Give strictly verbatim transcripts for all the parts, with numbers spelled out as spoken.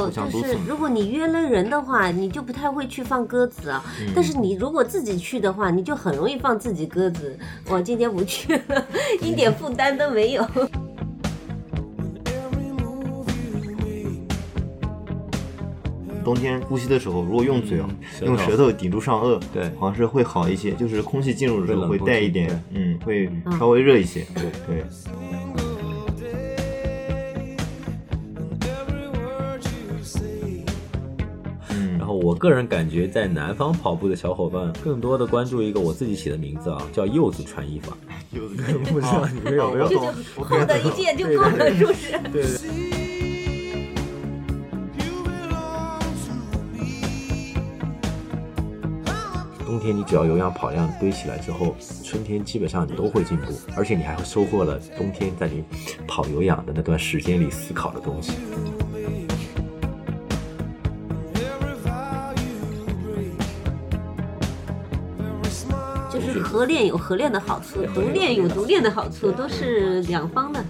有就是如果你约了人的话，你就不太会去放鸽子啊、嗯、但是你如果自己去的话，你就很容易放自己鸽子，我今天不去了，一点负担都没有。 冬天呼吸的时候，如果用嘴啊、嗯，用舌头顶住上颚， 对， 好像是会好一些，就是空气进入的时候会带一点，嗯，会稍微热一些，对对。 然后我个人感觉，在南方跑步的小伙伴，更多的关注一个我自己起的名字啊，叫柚子穿衣法。 柚子穿衣法， 不知道你们有没有？ 这就厚的一件就够了，是不是？ 对对。冬天你只要有氧跑量堆起来之后，春天基本上你都会进步，而且你还会收获了冬天在你跑有氧的那段时间里思考的东西。 就是合练有合练的好处，独练有独练的好处，都是两方的。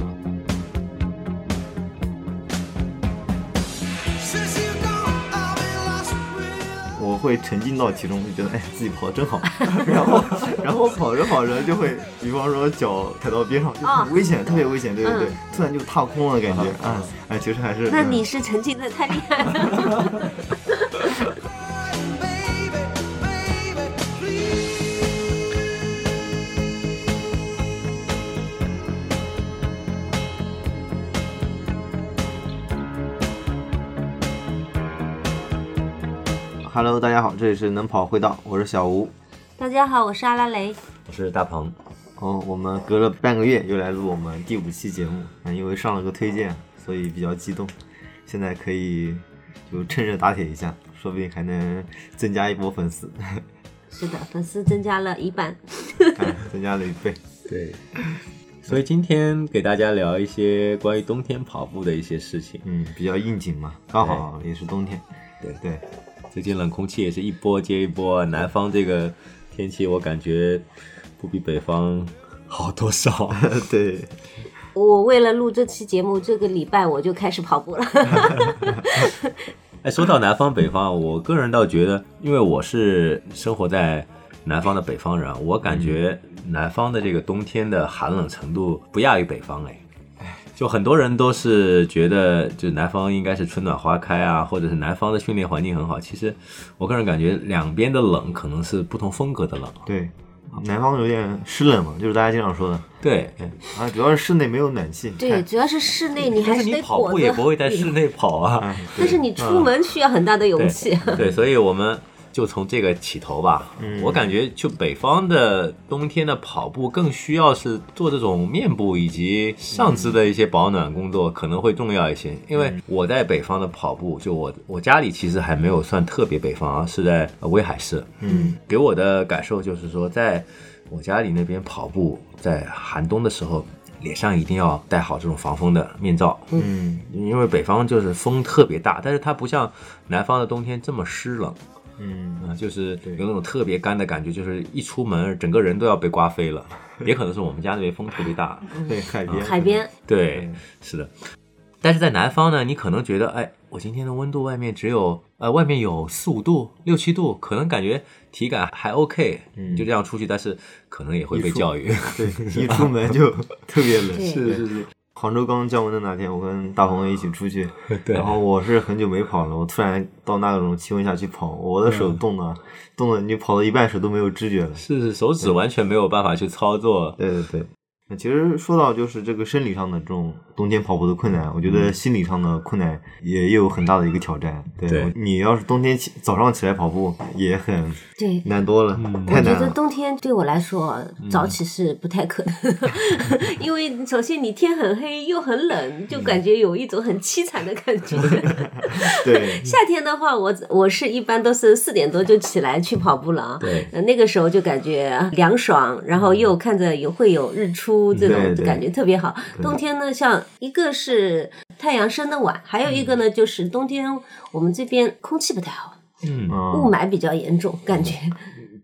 我会沉浸到其中，就觉得哎自己跑得真好，然后然后跑着跑着就会，比方说脚踩到边上，就很危险，哦、特别危险，对对对，嗯、突然就踏空了感觉，啊、嗯，哎，其实还是。 那你是沉浸的太厉害了。 Hello， 大家好，这里是能跑会道，我是小吴。 大家好，我是阿拉蕾， 我是大鹏。 哦，我们隔了半个月又来录我们第五期节目，因为上了个推荐，所以比较激动。现在可以就趁热打铁一下，说不定还能增加一波粉丝。 是的，粉丝增加了一半， 哎，增加了一倍。 对。所以今天给大家聊一些关于冬天跑步的一些事情， 嗯，比较应景嘛，刚好也是冬天。 对对。 最近冷空气也是一波接一波，南方这个天气我感觉不比北方好多少。 对， 我为了录这期节目，这个礼拜我就开始跑步了。 哎，说到南方北方，我个人倒觉得，因为我是生活在南方的北方人，我感觉南方的这个冬天的寒冷程度不亚于北方。哎。就很多人都是觉得就南方应该是春暖花开啊，或者是南方的训练环境很好，其实我个人感觉两边的冷可能是不同风格的冷。 对，南方有点湿冷嘛，就是大家经常说的。 对啊，主要是室内没有暖气。 对，主要是室内你还是得你跑步也不会在室内跑啊。 但是你出门需要很大的勇气。 对，对，所以我们就从这个起头吧、嗯、我感觉就北方的冬天的跑步更需要是做这种面部以及上肢的一些保暖工作可能会重要一些，因为我在北方的跑步，就我我家里其实还没有算特别北方啊，是在威海市。嗯，给我的感受就是说，在我家里那边跑步，在寒冬的时候脸上一定要戴好这种防风的面罩。嗯，因为北方就是风特别大，但是它不像南方的冬天这么湿冷。嗯啊，就是有那种特别干的感觉，就是一出门整个人都要被刮飞了。也可能是我们家那边风特别大。 对，海边。 海边。 对，是的。但是在南方呢，你可能觉得，哎，我今天的温度外面只有呃，外面有四五度、六七度，可能感觉体感还 OK，嗯，就这样出去，但是可能也会被教育。 对，一出门就特别冷。 是是是。 杭州刚降温的那天，我跟大鹏一起出去，然后我是很久没跑了，我突然到那种气温下去跑，我的手冻的，冻的你跑到一半手都没有知觉了。 是是，手指完全没有办法去操作。 对对对。那其实说到就是这个生理上的这种冬天跑步的困难，我觉得心理上的困难也有很大的一个挑战。对，对你要是冬天起早上起来跑步也很对难多了，嗯、太难了。 我觉得冬天对我来说早起是不太可能，嗯、因为首先你天很黑又很冷，就感觉有一种很凄惨的感觉。 对， 夏天的话，我我是一般都是四点多就起来去跑步了。 对， 那个时候就感觉凉爽，然后又看着有会有日出。这种感觉特别好。冬天呢，像一个是太阳升得晚，还有一个呢，就是冬天我们这边空气不太好，嗯，雾霾比较严重，感觉。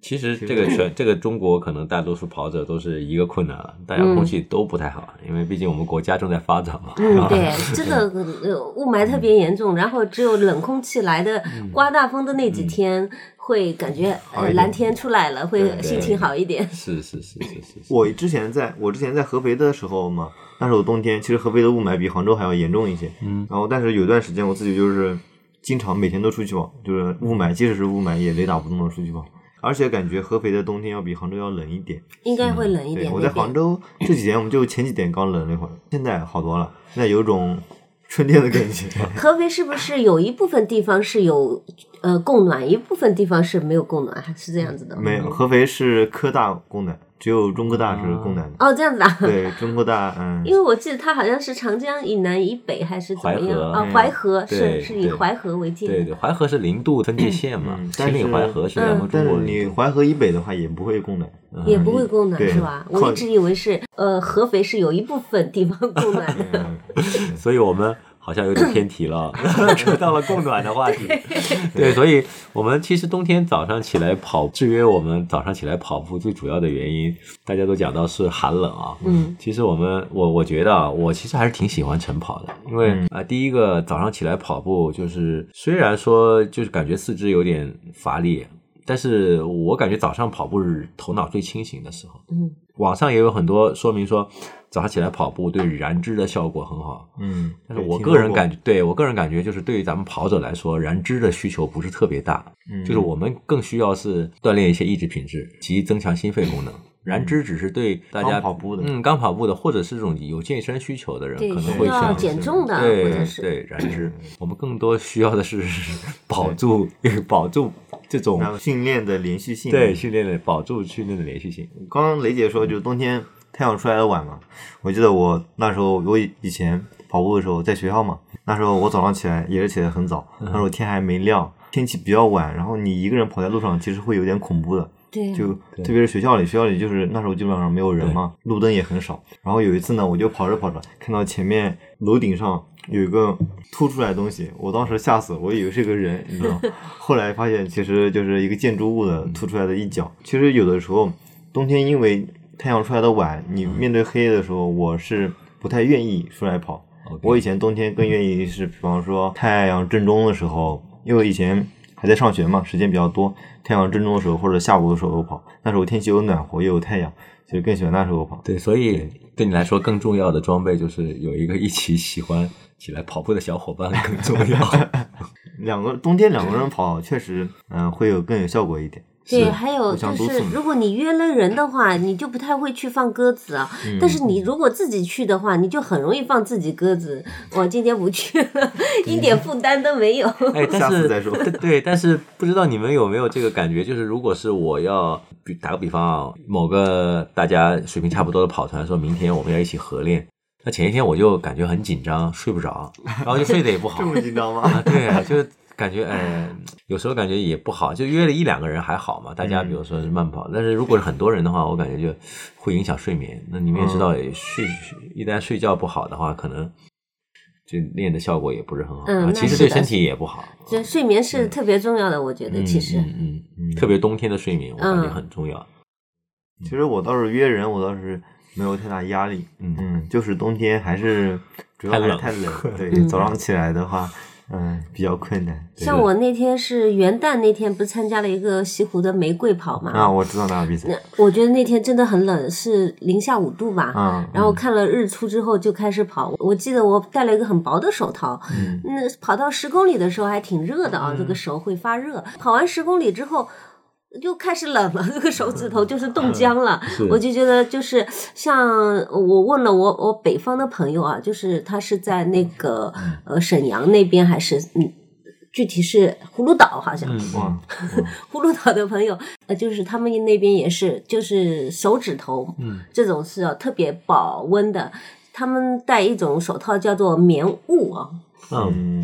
其实这个全这个中国可能大多数跑者都是一个困难了，大家空气都不太好，嗯、因为毕竟我们国家正在发展嘛。 嗯，对，真的呃雾霾特别严重，然后只有冷空气来的刮大风的那几天。嗯会感觉呃蓝天出来了，会心情好一点。 是是是是是。 我之前在我之前在合肥的时候嘛，那时候冬天，其实合肥的雾霾比杭州还要严重一些。嗯。然后，但是有段时间我自己就是经常每天都出去跑，就是雾霾，即使是雾霾也雷打不动的出去跑，而且感觉合肥的冬天要比杭州要冷一点。 应该会冷一点。 对，我在杭州这几天，我们就前几天刚冷了一会儿，现在好多了，现在有种春天的感觉。 合肥是不是有一部分地方是有呃供暖，一部分地方是没有供暖，还是这样子的？ 没有，合肥是科大供暖，只有中科大是供暖的。 哦，这样子啊？ 对，中科大，嗯。 因为我记得它好像是长江以南以北还是怎么样啊？淮河是是以淮河为界。 对对，淮河是零度分界线嘛，秦岭淮河是咱们中国。 但是你淮河以北的话也不会供暖。 也不会供暖是吧？我一直以为是呃合肥是有一部分地方供暖的。 所以我们好像有点偏题了，扯到了供暖的话题。对，所以我们其实冬天早上起来跑，制约我们早上起来跑步最主要的原因，大家都讲到是寒冷啊。嗯，其实我们我我觉得啊，我其实还是挺喜欢晨跑的，因为啊、呃，第一个早上起来跑步，就是虽然说就是感觉四肢有点乏力。但是我感觉早上跑步是头脑最清醒的时候。嗯，网上也有很多说明说，早上起来跑步对燃脂的效果很好。嗯，但是我个人感觉，对我个人感觉就是对于咱们跑者来说，燃脂的需求不是特别大。嗯，就是我们更需要是锻炼一些意志品质及增强心肺功能。燃脂只是对大家刚跑步的， 嗯，刚跑步的，或者是这种有健身需求的人，可能会要减重的， 对或者是对燃脂。我们更多需要的是保住保住这种训练的连续性， 对训练的保住训练的连续性。 刚刚雷姐说，就是冬天太阳出来的晚嘛，我记得我那时候我以前跑步的时候在学校嘛，那时候我早上起来也是起来很早，那时候天还没亮，天气比较晚，然后你一个人跑在路上，其实会有点恐怖的。 对， 就特别是学校里，学校里就是那时候基本上没有人嘛，路灯也很少。然后有一次呢，我就跑着跑着，看到前面楼顶上有一个凸出来的东西，我当时吓死，我以为是个人，你知道。后来发现其实就是一个建筑物的凸出来的一角。其实有的时候冬天因为太阳出来的晚，你面对黑夜的时候，我是不太愿意出来跑。Okay. 我以前冬天更愿意是，比方说太阳正中的时候，因为以前还在上学嘛，时间比较多，太阳正中的时候或者下午的时候跑，那时候天气又暖和又有太阳，所以更喜欢那时候跑。 对，所以对你来说更重要的装备就是有一个一起喜欢起来跑步的小伙伴更重要。 两个冬天两个人跑确实嗯、呃、会有更有效果一点。 对，还有就是如果你约了人的话，你就不太会去放鸽子啊、嗯、但是你如果自己去的话，你就很容易放自己鸽子。我今天不去了，一点负担都没有。 哎，但是再说对，但是不知道你们有没有这个感觉，就是如果是我要打个比方啊，某个大家水平差不多的跑团说明天我们要一起合练，那前一天我就感觉很紧张，睡不着，然后就睡得也不好。 这么紧张吗？ 啊，对啊，就感觉哎，有时候感觉也不好，就约了一两个人还好嘛，大家比如说是慢跑，嗯、但是如果是很多人的话，我感觉就会影响睡眠。那你们也知道，睡、嗯、一旦睡觉不好的话，可能就练的效果也不是很好， 嗯， 啊、其实对身体也不好。 这睡眠是特别重要的，嗯、我觉得其实， 嗯嗯嗯，特别冬天的睡眠，我感觉很重要。 嗯、其实我倒是约人，我倒是没有太大压力，嗯嗯，就是冬天还是主要还是太冷，对，嗯、早上起来的话。嗯，比较困难。 像我那天是元旦那天，不是参加了一个西湖的玫瑰跑嘛？ 啊，我知道那个比赛。 我觉得那天真的很冷，是零下五度吧。 嗯。 然后看了日出之后就开始跑。我记得我戴了一个很薄的手套。 嗯。 那跑到十公里的时候还挺热的啊，嗯、这个手会发热。跑完十公里之后。就开始冷了，这个手指头就是冻僵了。 嗯、 我就觉得就是像我问了我我北方的朋友啊，就是他是在那个呃沈阳那边还是嗯，具体是葫芦岛好像。 嗯、 葫芦岛的朋友呃，就是他们那边也是，就是手指头， 嗯， 这种是、啊、特别保温的。他们戴一种手套叫做棉雾啊。 嗯。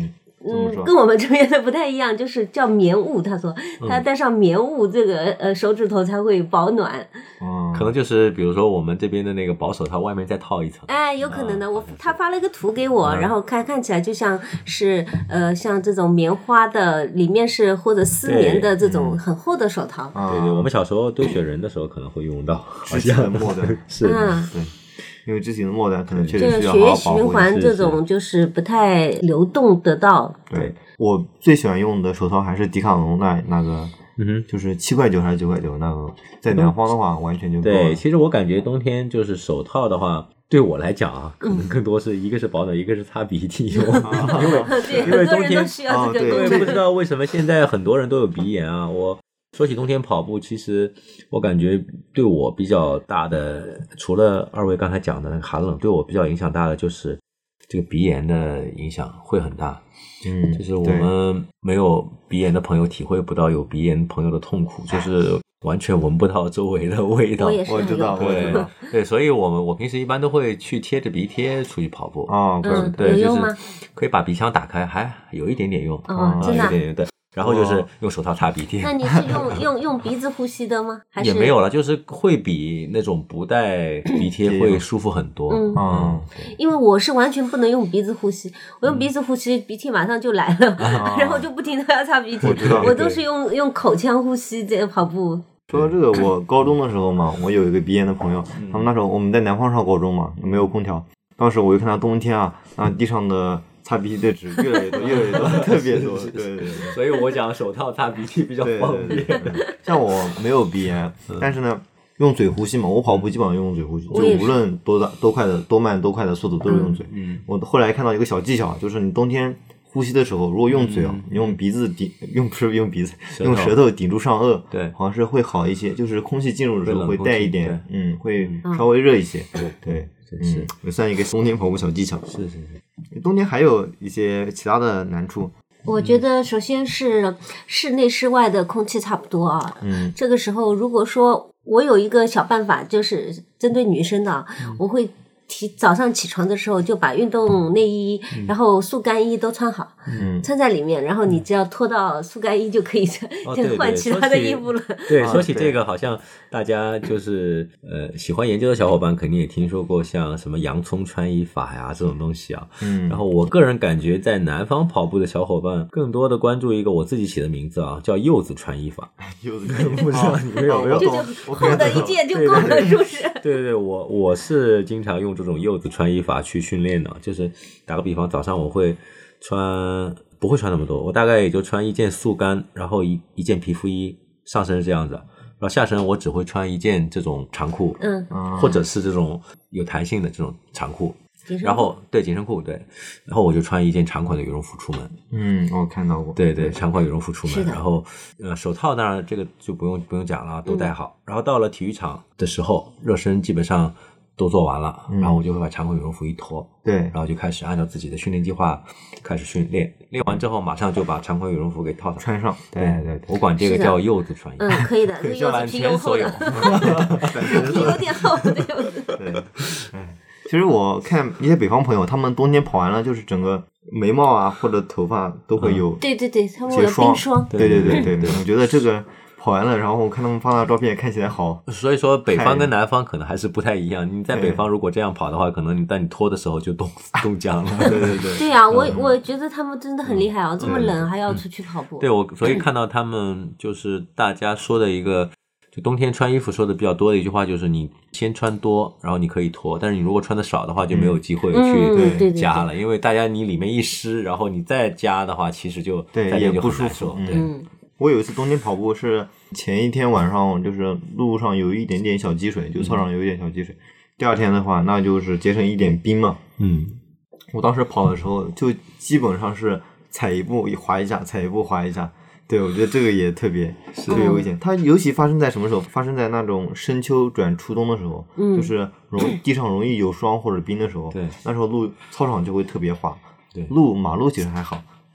嗯，跟我们这边的不太一样，就是叫棉雾。他说他戴上棉雾，这个呃手指头才会保暖。 嗯， 可能就是比如说我们这边的那个薄手套外面再套一层。 哎，有可能的。我他发了一个图给我，然后看看起来就像是呃像这种棉花的，里面是或者丝棉的这种很厚的手套。 对对，我们小时候堆雪人的时候可能会用到。 织起的末端是， 对。因为织血的末端可能确实需要血液好好保护。 循环这种就是不太流动得到。 对，我最喜欢用的手套还是迪卡侬那那个， 嗯哼， 就是七块九还是九块九那个，在南方的话完全就够了。 对，其实我感觉冬天就是手套的话，对我来讲啊，可能更多是一个是保暖，一个是擦鼻涕用，因为因为冬天需要这个功能。 对，不知道为什么现在很多人都有鼻炎啊，我。说起冬天跑步，其实我感觉对我比较大的，除了二位刚才讲的那个寒冷，对我比较影响大的就是这个鼻炎的影响会很大。 嗯， 就是我们没有鼻炎的朋友体会不到有鼻炎朋友的痛苦，就是完全闻不到周围的味道。 我也是， 我知道，我知道。 对，所以我们我平时一般都会去贴着鼻贴出去跑步。 哦， 嗯， 对， 有用吗？ 就是可以把鼻腔打开，还有一点点用。 哦，真的。 有一点点对。然后就是用手套擦鼻涕。 那你是用用用鼻子呼吸的吗？还是也没有了，就是会比那种不带鼻贴会舒服很多。 嗯嗯， 因为我是完全不能用鼻子呼吸，我用鼻子呼吸，鼻涕马上就来了， 嗯、 然后就不停的要擦鼻涕。 我知道， 我都是用用口腔呼吸这个跑步。 说到这个，我高中的时候嘛，我有一个鼻炎的朋友，他们那时候我们在南方上高中嘛，没有空调，当时我就看他冬天啊，那地上的擦鼻涕的纸越来越多，越来越多，特别多。对对对， 所以我讲手套擦鼻涕比较方便。 对对对对，像我没有鼻炎，但是呢，用嘴呼吸嘛，我跑步基本上用嘴呼吸，就无论多大、多快的、多慢、多快的速度都是用嘴。 嗯， 我后来看到一个小技巧，就是你冬天呼吸的时候，如果用嘴啊， 嗯、 你用鼻子顶，用不是用鼻子，用舌头顶住上颚， 对， 好像是会好一些，就是空气进入的时候会带一点，嗯，会嗯稍微热一些。对对。 是，也算一个冬天跑步小技巧。 是是是， 冬天还有一些其他的难处。 我觉得首先是室内室外的空气差不多啊。 嗯， 这个时候如果说我有一个小办法，就是针对女生的，嗯、我会提早上起床的时候就把运动内衣、嗯、然后速干衣都穿好， 嗯， 穿在里面，然后你只要脱到速干衣就可以穿， 哦、 就换其他的衣服了。 对，说起这个，好像大家就是呃喜欢研究的小伙伴肯定也听说过像什么洋葱穿衣法呀这种东西啊。 嗯， 然后我个人感觉在南方跑步的小伙伴更多的关注一个我自己起的名字啊，叫柚子穿衣法。 柚子穿衣法， 不知道你们有没有？ 就就厚的一件就够了，是不是？ 对对对，我我是经常用这种柚子穿衣法去训练的，就是打个比方，早上我会穿，不会穿那么多，我大概也就穿一件速干，然后一一件皮肤衣，上身是这样子，然后下身我只会穿一件这种长裤， 嗯， 或者是这种有弹性的这种长裤。然后对紧身裤对，然后我就穿一件长款的羽绒服出门。 嗯，我看到过。 对对，长款羽绒服出门，然后呃手套当然这个就不用不用讲了，都戴好。嗯、然后到了体育场的时候，热身基本上都做完了，嗯、然后我就会把长款羽绒服一脱， 对， 然后就开始按照自己的训练计划开始训练。练完之后马上就把长款羽绒服给套上穿上。对对对， 我管这个叫柚子穿衣。 嗯，可以的，这柚子皮有厚的，皮有点厚的柚子。 对，哎。其实我看一些北方朋友，他们冬天跑完了，就是整个眉毛啊或者头发都会有、嗯、 对对对，他们有冰霜。 对对对对对，我觉得这个跑完了，然后我看他们发的照片看起来好。 所以说北方跟南方可能还是不太一样。你在北方如果这样跑的话，可能你当你脱的时候就冻冻僵了。对对对。 对啊，我我觉得他们真的很厉害啊，这么冷还要出去跑步。 对，我所以看到他们就是大家说的一个。就冬天穿衣服说的比较多的一句话就是你先穿多，然后你可以脱，但是你如果穿的少的话就没有机会去加了， 嗯、 因为大家你里面一湿，然后你再加的话，其实就对也不舒服。 对， 嗯、 我有一次冬天跑步是前一天晚上，就是路上有一点点小积水，就操场有一点小积水。嗯、第二天的话，那就是结成一点冰嘛。 嗯， 我当时跑的时候就基本上是踩一步滑一下，踩一步滑一下。对，我觉得这个也特别特别危险。它尤其发生在什么时候？发生在那种深秋转初冬的时候， 嗯、 就是容易地上容易有霜或者冰的时候。 对， 那时候路操场就会特别滑。 对， 路马路其实还好，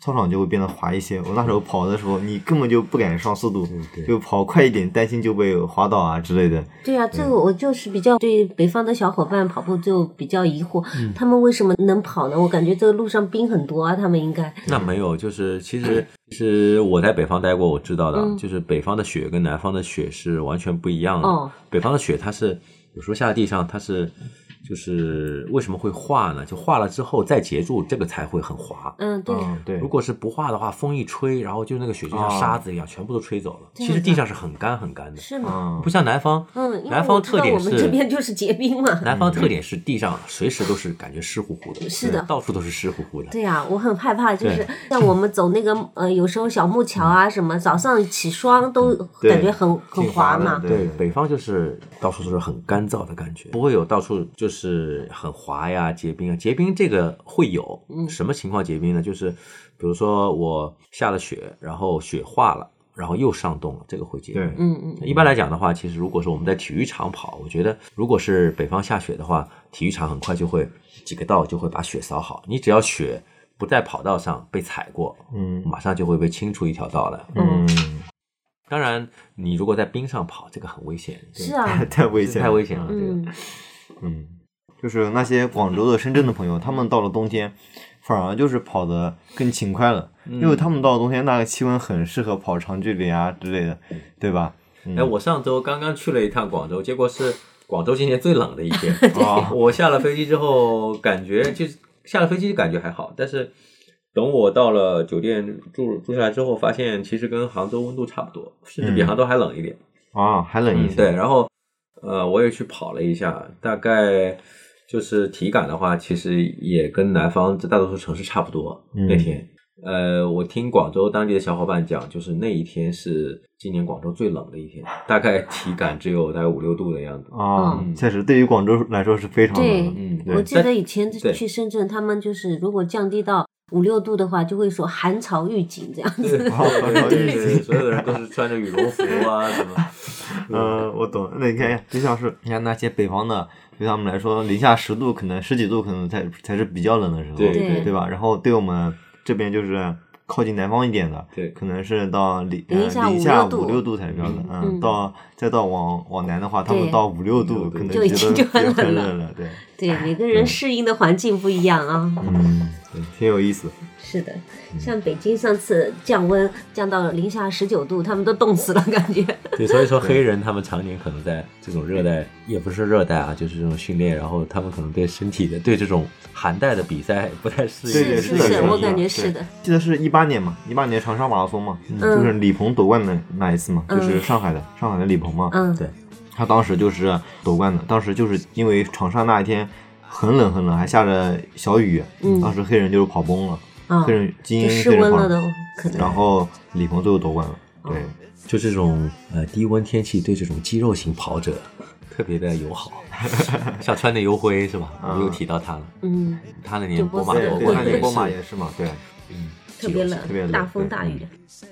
操场就会变得滑一些。我那时候跑的时候，你根本就不敢上速度， 对对就跑快一点，担心就被滑倒啊之类的。 对啊，这个我就是比较对北方的小伙伴跑步就比较疑惑，嗯、他们为什么能跑呢？我感觉这个路上冰很多啊，他们应该。 那没有，就是其实其实我在北方待过，我知道的，嗯、就是北方的雪跟南方的雪是完全不一样的。哦，北方的雪它是有时候下在地上，它是。就是为什么会化呢？就化了之后再结住，这个才会很滑。 嗯，对， 嗯、对。 如果是不化的话，风一吹，然后就那个雪就像沙子一样，哦、全部都吹走了。其实地上是很干很干的。 是吗？ 不像南方。 嗯， 南方特点是我们这边就是结冰嘛。 南方特点是地上随时都是感觉湿乎乎的。 是的， 到处都是湿乎乎的。 对呀、啊，我很害怕，就是像我们走那个呃，有时候小木桥啊什么，早上起霜都感觉很很滑嘛。 对，北方就是到处都是很干燥的感觉，不会有到处就是很。滑呀，结冰啊，结冰这个会有，嗯，什么情况结冰呢？就是比如说我下了雪，然后雪化了，然后又上冻了，这个会结冰。 对， 嗯嗯。 一般来讲的话，其实如果说我们在体育场跑，我觉得如果是北方下雪的话，体育场很快就会几个道就会把雪扫好，你只要雪不在跑道上被踩过，嗯，马上就会被清出一条道来。 嗯。 当然，你如果在冰上跑，这个很危险。 是啊， 太, 太危险， 太危险了，这个， 嗯。 嗯就是那些广州的、深圳的朋友，他们到了冬天，反而就是跑得更勤快了，嗯、因为他们到了冬天那个气温很适合跑长距离啊之类的，对吧？ 嗯、哎，我上周刚刚去了一趟广州，结果是广州今年最冷的一天。哦、我下了飞机之后，感觉就是下了飞机感觉还好，但是等我到了酒店住住下来之后，发现其实跟杭州温度差不多，甚至比杭州还冷一点。 啊、嗯哦，还冷一些、 嗯。对，然后呃，我也去跑了一下，大概。就是体感的话，其实也跟南方大多数城市差不多。嗯、那天，呃，我听广州当地的小伙伴讲，就是那一天是今年广州最冷的一天，大概体感只有大概五六度的样子。 啊、嗯，确实，对于广州来说是非常冷的。 嗯，我记得以前去深圳，他们就是如果降低到五六度的话，就会说寒潮预警这样子。 对，寒潮预警，所有的人都是穿着羽绒服啊什么。 嗯，我懂。那你看，就像是你看那些北方的。对他们来说，零下十度可能十几度可能才才是比较冷的时候， 对对对吧？然后对我们这边就是靠近南方一点的， 对， 可能是到零零下五六度才比较冷，嗯，嗯到再到往往南的话，他们到五六度可能就已经就很冷了，了对对，每个人适应的环境不一样啊， 嗯，挺有意思。 是的，像北京上次降温降到零下十九度，他们都冻死了，感觉。 对，所以说黑人他们常年可能在这种热带，也不是热带啊，就是这种训练，然后他们可能对身体的对这种寒带的比赛不太适应。 对， 是是是，我感觉是的。 记得是一八年嘛，一八年长沙马拉松嘛，嗯、就是李鹏夺冠的那一次嘛，嗯、就是上海的上海的李鹏嘛。 嗯， 对，他当时就是夺冠的，当时就是因为长沙那一天很冷很冷，还下着小雨，嗯、当时黑人就是跑崩了。 哦、 黑人精英失温了都， 然后李鹏最后夺冠了。对，哦、 就这种呃低温天气对这种肌肉型跑者特别的友好，像川内优辉是吧？我们又提到他了。嗯，他那年波马夺冠， 他那年波马也是嘛，对， 嗯，特别冷， 特别冷， 大风大雨。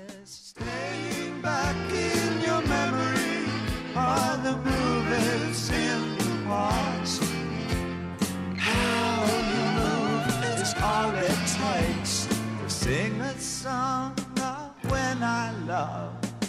All it takes to sing a song of when I love.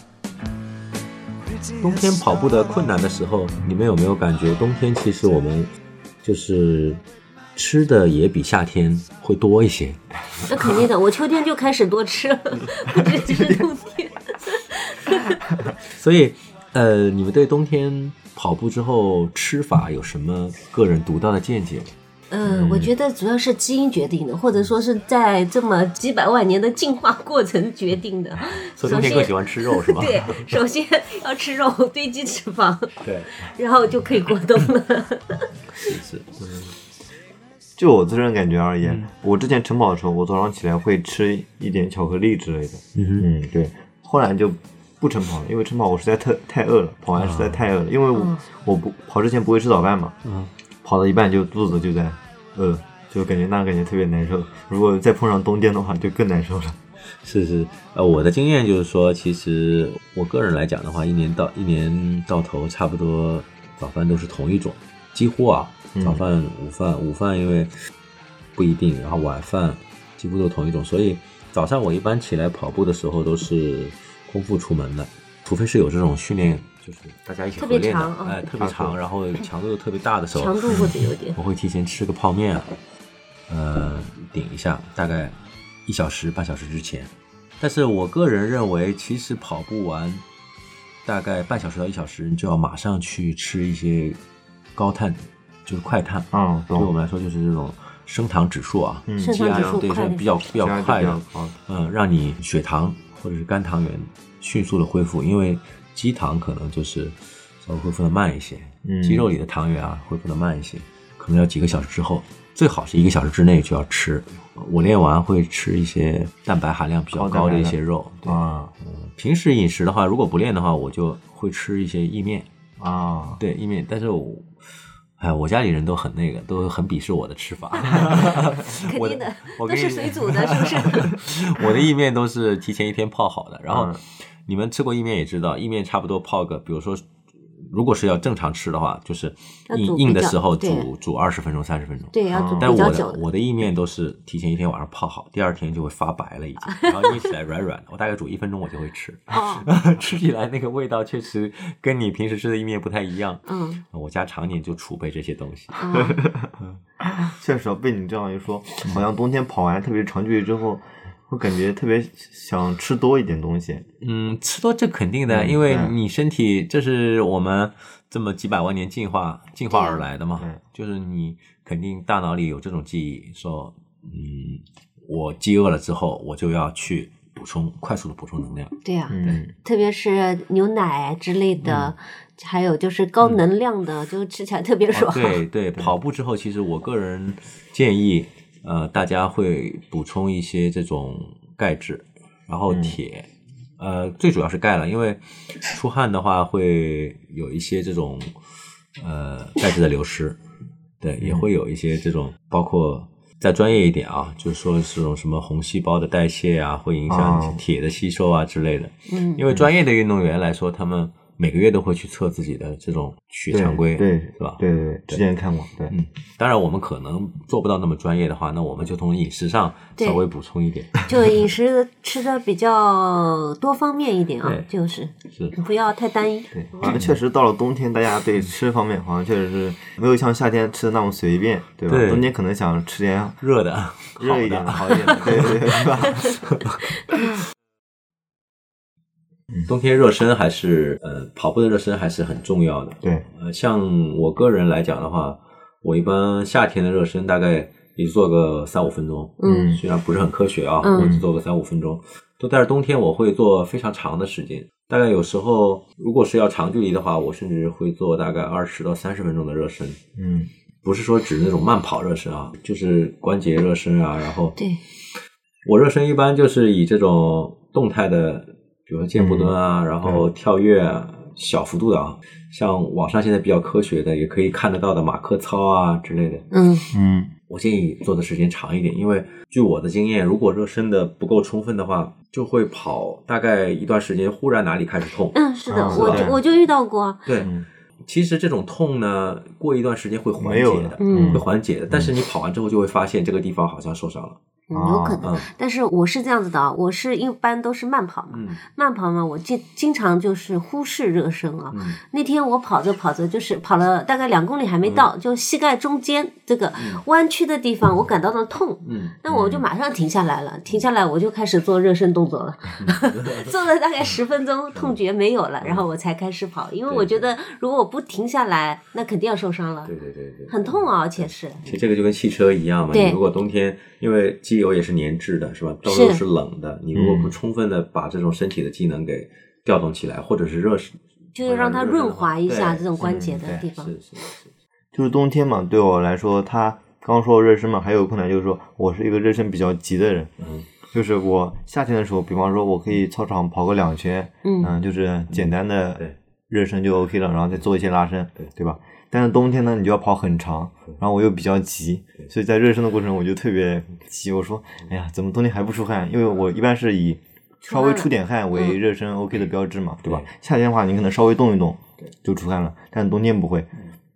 冬天跑步的困难的时候，你们有没有感觉冬天其实我们就是吃的也比夏天会多一些？ 那肯定的，我秋天就开始多吃了，不只是冬天。 所以，呃，你们对冬天跑步之后吃法有什么个人独到的见解？ 呃，嗯、我觉得主要是基因决定的，或者说是在这么几百万年的进化过程决定的。 所以冬天更喜欢吃肉是吧？ 对，首先要吃肉，堆积脂肪， 对， 然后就可以过冬了。 是是，嗯。 就我自身感觉而言，嗯、我之前晨跑的时候，我早上起来会吃一点巧克力之类的。嗯嗯，对。后来就不晨跑了，因为晨跑我实在太太饿了，跑完实在太饿了，因为我、嗯、我不跑之前不会吃早饭嘛。嗯。跑到一半就肚子就在饿，就感觉那感觉特别难受。如果再碰上冬天的话，就更难受了。 是是，呃，我的经验就是说，其实我个人来讲的话，一年到一年到头，差不多早饭都是同一种，几乎啊，早饭、嗯、午饭、午饭因为不一定，然后晚饭几乎都同一种，所以早上我一般起来跑步的时候都是空腹出门的，除非是有这种训练，就是大家一起合练的， 特别长哎，特别长，然后强度又特别大的时候， 强度或者有点， 我会提前吃个泡面，呃，顶一下，大概一小时半小时之前。但是我个人认为，其实跑步完大概半小时到一小时，你就要马上去吃一些高碳，就是快碳， 嗯， 对我们来说就是这种升糖指数啊， 嗯， 升糖指数对， 快是比较比较快的，嗯，让你血糖或者是肝糖原迅速的恢复，因为肌糖可能就是稍微恢复的慢一些， 嗯， 肌肉里的糖原啊恢复的慢一些，可能要几个小时之后，最好是一个小时之内就要吃。我练完会吃一些蛋白含量比较高的一些肉，对啊、嗯，平时饮食的话，如果不练的话，我就会吃一些意面啊， 对意面，但是我。哎，我家里人都很那个，都很鄙视我的吃法。 肯定的，都是水煮的，是不是？ 我的意面都是提前一天泡好的。然后、嗯、你们吃过意面也知道，意面差不多泡个，比如说，如果是要正常吃的话，就是硬硬的时候煮煮二十分钟、三十分钟。 对，要煮比较久的。 但我的我的意面都是提前一天晚上泡好，第二天就会发白了已经，然后捏起来软软的。我大概煮一分钟我就会吃， 哦、 吃起来那个味道确实跟你平时吃的意面不太一样。 嗯， 我家常年就储备这些东西。 嗯、 确实被你这样一说，好像冬天跑完，特别是长距离之后。我感觉特别想吃多一点东西。 嗯，吃多这肯定的、嗯、因为你身体这是我们这么几百万年进化进化而来的嘛，就是你肯定大脑里有这种记忆，说嗯，我饥饿了之后我就要去补充快速的补充能量。 对呀、啊嗯， 特别是牛奶之类的、嗯、还有就是高能量的、嗯、就吃起来特别爽、 哦、对对，跑步之后其实我个人建议呃，大家会补充一些这种钙质，然后铁、嗯、呃，最主要是钙了，因为出汗的话会有一些这种呃钙质的流失，对，也会有一些这种，包括再专业一点啊，就是说这种什么红细胞的代谢啊，会影响铁的吸收啊之类的。 嗯， 因为专业的运动员来说，他们每个月都会去测自己的这种血常规， 对， 是吧？ 对对对，之前看过，对。 嗯，当然我们可能做不到那么专业的话，那我们就从饮食上稍微补充一点， 就饮食吃的比较多方面一点啊，就是是不要太单一。 对，好像确实到了冬天，大家对吃方面好像确实是没有像夏天吃的那么随便，对吧？ 对， 冬天可能想吃点热的、 热一点、好一点的，对对对，是吧？ 冬天热身还是呃跑步的热身还是很重要的。 对， 呃，像我个人来讲的话，我一般夏天的热身大概也做个三五分钟， 嗯， 虽然不是很科学啊， 嗯、 我只做个三五分钟。但是冬天我会做非常长的时间，大概有时候如果是要长距离的话，我甚至会做大概二十到三十分钟的热身。 嗯， 不是说指那种慢跑热身啊，就是关节热身啊。然后， 对， 我热身一般就是以这种动态的，比如说箭步蹲啊，嗯、然后跳跃啊，小幅度的啊，像网上现在比较科学的，也可以看得到的马克操啊之类的。 嗯嗯， 我建议做的时间长一点，因为据我的经验，如果热身的不够充分的话，就会跑大概一段时间，忽然哪里开始痛。 嗯，是的， 啊、 我就我就遇到过。 对。嗯，其实这种痛呢，过一段时间会缓解的， 嗯， 会缓解的。但是你跑完之后就会发现这个地方好像受伤了。 嗯，有可能、嗯，但是我是这样子的，我是一般都是慢跑嘛， 嗯、 慢跑嘛，我经经常就是忽视热身啊、 嗯。 那天我跑着跑着，就是跑了大概两公里还没到，嗯、就膝盖中间这个弯曲的地方，我感到了痛， 嗯， 那我就马上停下来了，停下来我就开始做热身动作了，嗯、做了大概十分钟，痛觉没有了，然后我才开始跑，因为我觉得如果我不停下来，那肯定要受伤了， 对对对对， 很痛啊，而且是。 其实这个就跟汽车一样嘛，你如果冬天因为机油也是粘滞的，是吧？到时候是冷的，你如果不充分的把这种身体的机能给调动起来，或者是热， 就是让它润滑一下这种关节的地方。 是是是。 就是冬天嘛，对我来说，他刚刚说热身嘛，还有困难就是说我是一个热身比较急的人。 嗯。 就是我夏天的时候，比方说我可以操场跑个两圈， 嗯， 嗯就是简单的热身就 OK 了，然后再做一些拉伸， 对对吧？但是冬天呢，你就要跑很长，然后我又比较急，所以在热身的过程我就特别急。我说，哎呀，怎么冬天还不出汗？因为我一般是以稍微出点汗为热身 OK 的标志嘛，对吧？夏天的话，你可能稍微动一动就出汗了，但是冬天不会。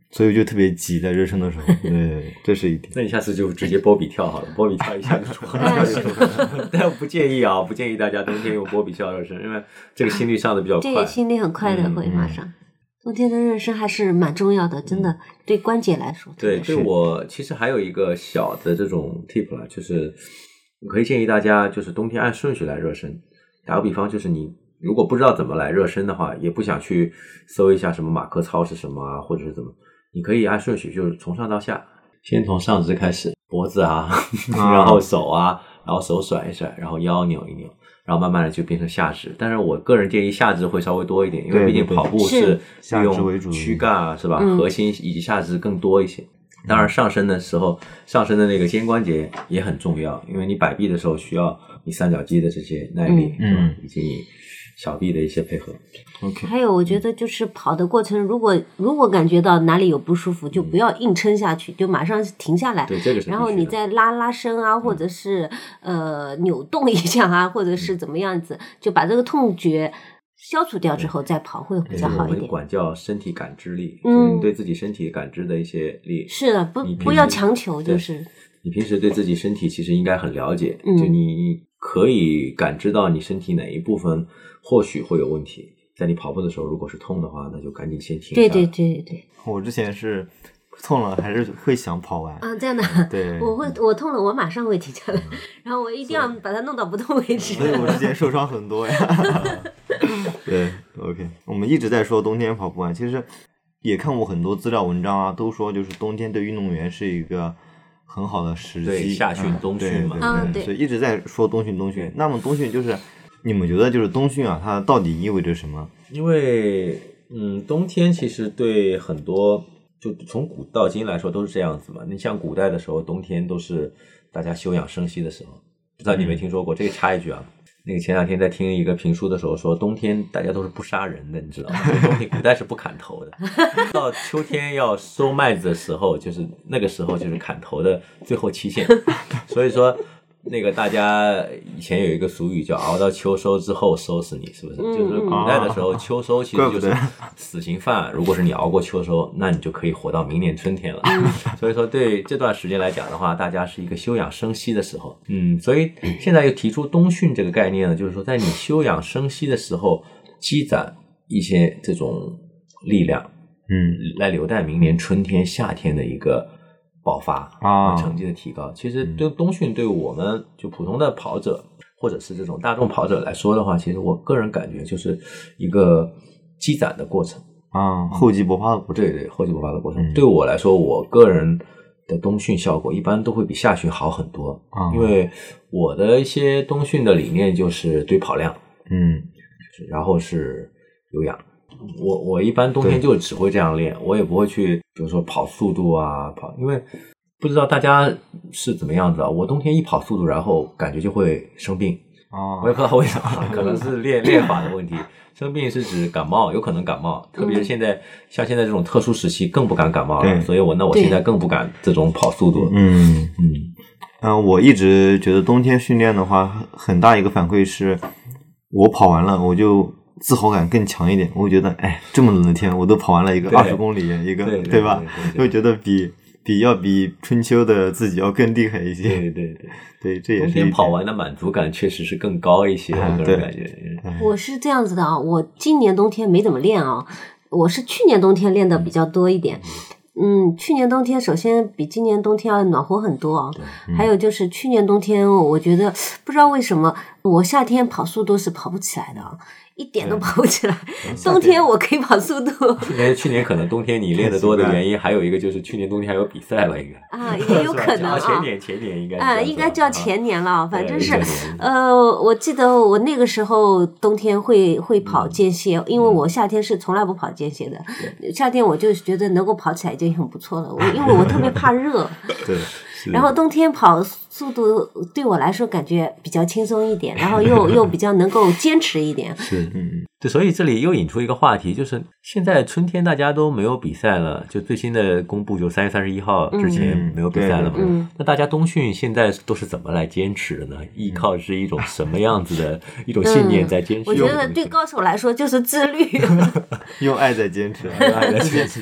所以就特别急在热身的时候。对，这是一点。 那你下次就直接波比跳好了，波比跳一下就出汗了。但我不建议啊，不建议大家冬天用波比跳热身，因为这个心率上的比较快。 这个心率很快的会马上。嗯嗯冬天的热身还是蛮重要的，真的、嗯、对关节来说。 对，对我其实还有一个小的这种 tip 啦，就是我可以建议大家，就是冬天按顺序来热身。打个比方，就是你如果不知道怎么来热身的话，也不想去搜一下什么马克操是什么啊，或者是怎么，你可以按顺序，就是从上到下，先从上肢开始，脖子啊，然后手啊，然后手甩一甩，然后腰扭一扭。然后慢慢的就变成下肢，但是我个人建议下肢会稍微多一点，因为毕竟跑步是用躯干啊，是吧？核心以及下肢更多一些。当然上身的时候，上身的那个肩关节也很重要，因为你摆臂的时候需要你三角肌的这些耐力， 嗯， 是吧？以及你小臂的一些配合。 OK。 还有，我觉得就是跑的过程，如果如果感觉到哪里有不舒服，就不要硬撑下去，就马上停下来。 对，这个是。 然后你再拉拉伸啊，或者是、嗯、呃扭动一下啊，或者是怎么样子，就把这个痛觉消除掉之后再跑会比较好一点。 我们管叫身体感知力，就是你对自己身体感知的一些力。 嗯、是的，不不要强求，就是你平时对自己身体其实应该很了解， 嗯、 就你可以感知到你身体哪一部分或许会有问题。在你跑步的时候，如果是痛的话，那就赶紧先停下来。 对对对对。 我之前是痛了，还是会想跑完。 啊，这样的。 对。 我会，我痛了，我马上会停下来，嗯、然后我一定要把它弄到不痛为止。 所以我之前受伤很多呀。对 ，OK， 我们一直在说冬天跑步啊，其实也看过很多资料文章啊，都说就是冬天对运动员是一个很好的时机。 对，夏训、冬训嘛。 啊，对。 所以一直在说冬训、冬训。那么冬训就是。你们觉得就是冬训啊，它到底意味着什么？ 因为嗯，冬天其实对很多，就从古到今来说都是这样子嘛。你像古代的时候，冬天都是大家休养生息的时候。不知道你有没有听说过？嗯、这个插一句啊，那个前两天在听一个评书的时候说，冬天大家都是不杀人的，你知道吗？冬天古代是不砍头的。到秋天要收麦子的时候，就是那个时候就是砍头的最后期限。所以说。那个大家以前有一个俗语叫熬到秋收之后收拾你，是不是？嗯、就是古代的时候，秋收其实就是死刑犯。如果是你熬过秋收，那你就可以活到明年春天了。所以说，对这段时间来讲的话，大家是一个休养生息的时候。嗯，所以现在又提出冬训这个概念呢，就是说在你休养生息的时候，积攒一些这种力量， 嗯， 来留待明年春天、夏天的一个。爆发啊，成绩的提高，其实对冬训对我们就普通的跑者，或者是这种大众跑者来说的话，其实我个人感觉就是一个积攒的过程啊，厚积薄发的过程。 对对，厚积薄发的过程。嗯、对我来说，我个人的冬训效果一般都会比夏训好很多， 啊、 因为我的一些冬训的理念就是堆跑量， 嗯， 然后是有氧。我我一般冬天就只会这样练，我也不会去，比如说跑速度啊，跑，因为不知道大家是怎么样子啊。我冬天一跑速度，然后感觉就会生病， 哦， 我也不知道为啥，可能是练练法的问题。生病是指感冒，有可能感冒，特别是现在、嗯、像现在这种特殊时期更不敢感冒了，所以我那我现在更不敢这种跑速度。 嗯嗯嗯、呃，我一直觉得冬天训练的话，很大一个反馈是，我跑完了我就。自豪感更强一点，我会觉得，哎，这么冷的天，我都跑完了一个二十公里，一个对, 对, 对吧？ 对对对对会觉得比比要比春秋的自己要更厉害一些。 对对对对，这也是冬天跑完的满足感确实是更高一些， 啊、 我个人感觉。 我是这样子的啊，我今年冬天没怎么练啊，我是去年冬天练的比较多一点。嗯，去年冬天首先比今年冬天要暖和很多啊， 嗯、 还有就是去年冬天，我觉得不知道为什么我夏天跑速度是跑不起来的啊。一点都跑不起来，冬天我可以跑速度。 去年去年可能冬天你练得多的原因，还有一个就是去年冬天还有比赛了，应该啊，也有可能啊。 前年前年应该啊，应该叫前年了，反正是呃，我记得我那个时候冬天会会跑间歇，嗯、因为我夏天是从来不跑间歇的，夏天我就觉得能够跑起来已经很不错了。我因为我特别怕热， 对。 然后冬天跑速度对我来说感觉比较轻松一点，然后又又比较能够坚持一点。 是，嗯， 对，所以这里又引出一个话题，就是现在春天大家都没有比赛了，就最新的公布就三月三十一号之前没有比赛了嘛。 嗯嗯、 那大家冬训现在都是怎么来坚持的呢？依靠是一种什么样子的一种信念在坚持？ 嗯、我觉得对高手来说就是自律， 用爱在坚持，用爱在坚持。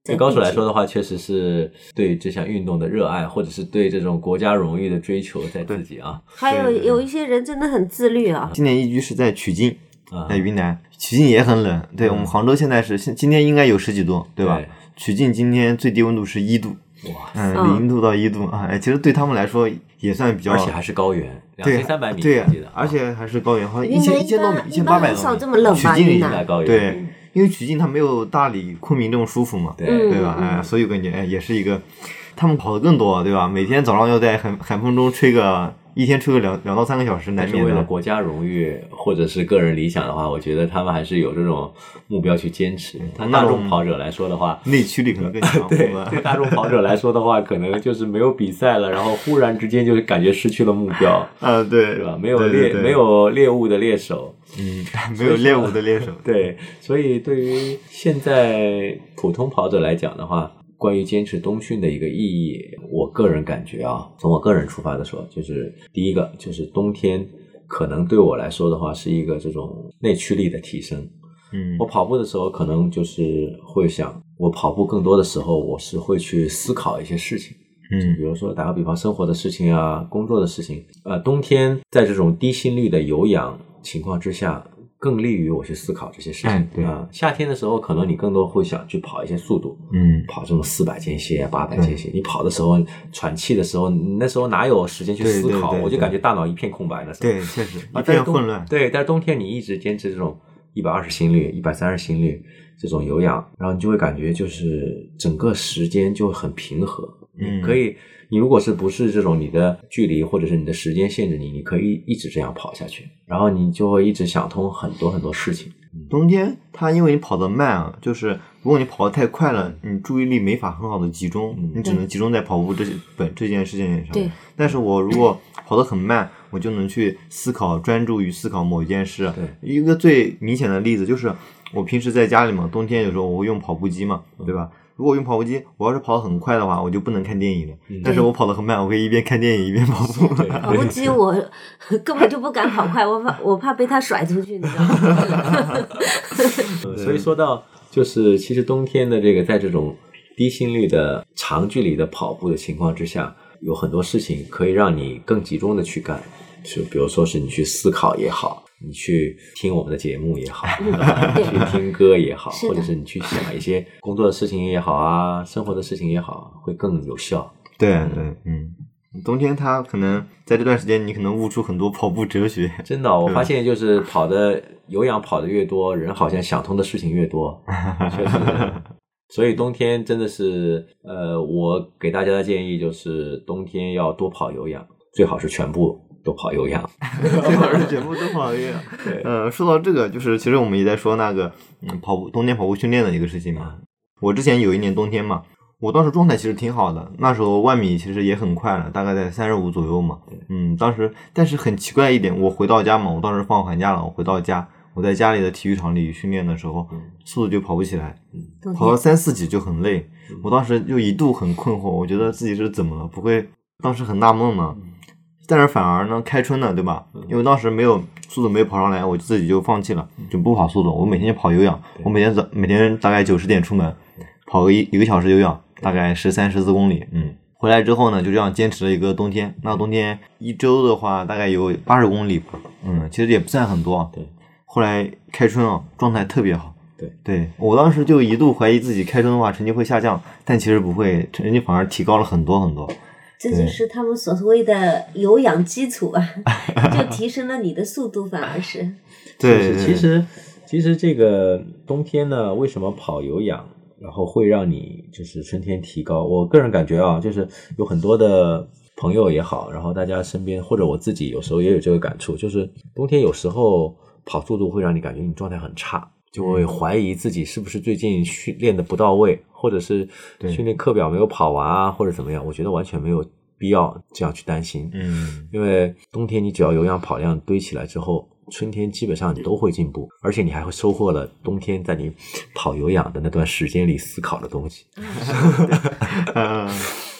对高手来说的话，确实是对这项运动的热爱，或者是对这种国家荣誉的追求在自己啊。 还有有一些人真的很自律啊。 今年一居是在曲靖，在云南，曲靖也很冷。对、嗯、我们杭州现在是今天应该有十几度，对吧？对，曲靖今天最低温度是一度。哇，嗯，零度到一度啊，哎，其实对他们来说也算比较， 而且还是高原，两千三百米， 对，对，而且还是高原，好像一千一千多米，一千八百多米， 这么冷吧？ 曲靖来高原， 对，因为曲靖它没有大理、昆明这种舒服嘛， 对， 对吧？哎，所以我感觉哎，也是一个，他们跑得更多，对吧？每天早上要在寒寒风中吹个。一天吹个两两到三个小时难免的。 但是为了国家荣誉或者是个人理想的话，我觉得他们还是有这种目标去坚持。他大众跑者来说的话， 内驱力可能更强。 对，对大众跑者来说的话，可能就是没有比赛了，然后忽然之间就感觉失去了目标。 啊，对， 是吧？没有猎对对对没有猎物的猎手， 嗯，没有猎物的猎手。 对，所以对于现在普通跑者来讲的话。关于坚持冬训的一个意义，我个人感觉啊，从我个人出发的说，就是第一个就是冬天可能对我来说的话是一个这种内驱力的提升。嗯，我跑步的时候可能就是会想，我跑步更多的时候我是会去思考一些事情。嗯，比如说打个比方，生活的事情啊，工作的事情。呃，冬天在这种低心率的有氧情况之下。更利于我去思考这些事情。 嗯，对啊，夏天的时候，可能你更多会想去跑一些速度， 嗯， 跑这种四百间歇、八百间歇。你跑的时候，喘气的时候，你那时候哪有时间去思考？ 对对对对我就感觉大脑一片空白的时候。 对，确实一片混乱。 对，但是冬天你一直坚持这种一百二十心率、一百三十心率这种有氧，然后你就会感觉就是整个时间就很平和。 嗯， 可以。你如果是不是这种你的距离或者是你的时间限制你，你可以一直这样跑下去，然后你就会一直想通很多很多事情。 冬天它因为你跑得慢啊，就是如果你跑得太快了，你注意力没法很好的集中，嗯、你只能集中在跑步这本这件事情上。 对。 但是我如果跑得很慢，我就能去思考，专注于思考某一件事。 对。 一个最明显的例子就是我平时在家里嘛，冬天有时候我会用跑步机嘛，对吧？如果我用跑步机，我要是跑得很快的话，我就不能看电影了。嗯、但是我跑得很慢，我可以一边看电影一边跑步。 跑步机我根本就不敢跑快，我怕我怕被它甩出去，你知道吗？ 所以说到就是其实冬天的这个在这种低心率的长距离的跑步的情况之下，有很多事情可以让你更集中的去干，就比如说是你去思考也好。你去听我们的节目也好，你去听歌也好，或者是你去想一些工作的事情也好啊，生活的事情也好，会更有效。 对对，嗯，冬天它可能在这段时间，你可能悟出很多跑步哲学。 真的，我发现就是跑的有氧跑的越多，人好像想通的事情越多，确实。所以冬天真的是，呃，我给大家的建议就是冬天要多跑有氧，最好是全部。都跑有氧， 最好是全部都跑有氧。对，呃，说到这个，就是其实我们也在说那个，嗯，跑步冬天跑步训练的一个事情嘛。我之前有一年冬天嘛，我当时状态其实挺好的，那时候万米其实也很快了，大概在三十五左右嘛。嗯，当时但是很奇怪一点，我回到家嘛，我当时放寒假了，我回到家，我在家里的体育场里训练的时候，嗯、速度就跑不起来，嗯、跑到三四级就很累。嗯、我当时就一度很困惑，我觉得自己是怎么了？不会，当时很纳闷嘛。嗯但是反而呢，开春呢，对吧？因为当时没有速度没有跑上来，我自己就放弃了，就不跑速度。我每天就跑有氧，我每天早每天大概九十点出门，跑个一一个小时有氧，大概十三十四公里。嗯，回来之后呢，就这样坚持了一个冬天。那冬天一周的话，大概有八十公里吧。嗯，其实也不算很多。 对。 后来开春啊，状态特别好。 对对，我当时就一度怀疑自己开春的话成绩会下降，但其实不会，成绩反而提高了很多很多。 这就是他们所谓的有氧基础啊，就提升了你的速度，反而是。 对， 其实其实这个冬天呢，为什么跑有氧，然后会让你就是春天提高？我个人感觉啊，就是有很多的朋友也好，然后大家身边或者我自己有时候也有这个感触，就是冬天有时候跑速度会让你感觉你状态很差。就会怀疑自己是不是最近训练的不到位，或者是训练课表没有跑完啊，或者怎么样。我觉得完全没有必要这样去担心。 嗯， 因为冬天你只要有氧跑量堆起来之后，春天基本上你都会进步，而且你还会收获了冬天在你跑有氧的那段时间里思考的东西。 嗯，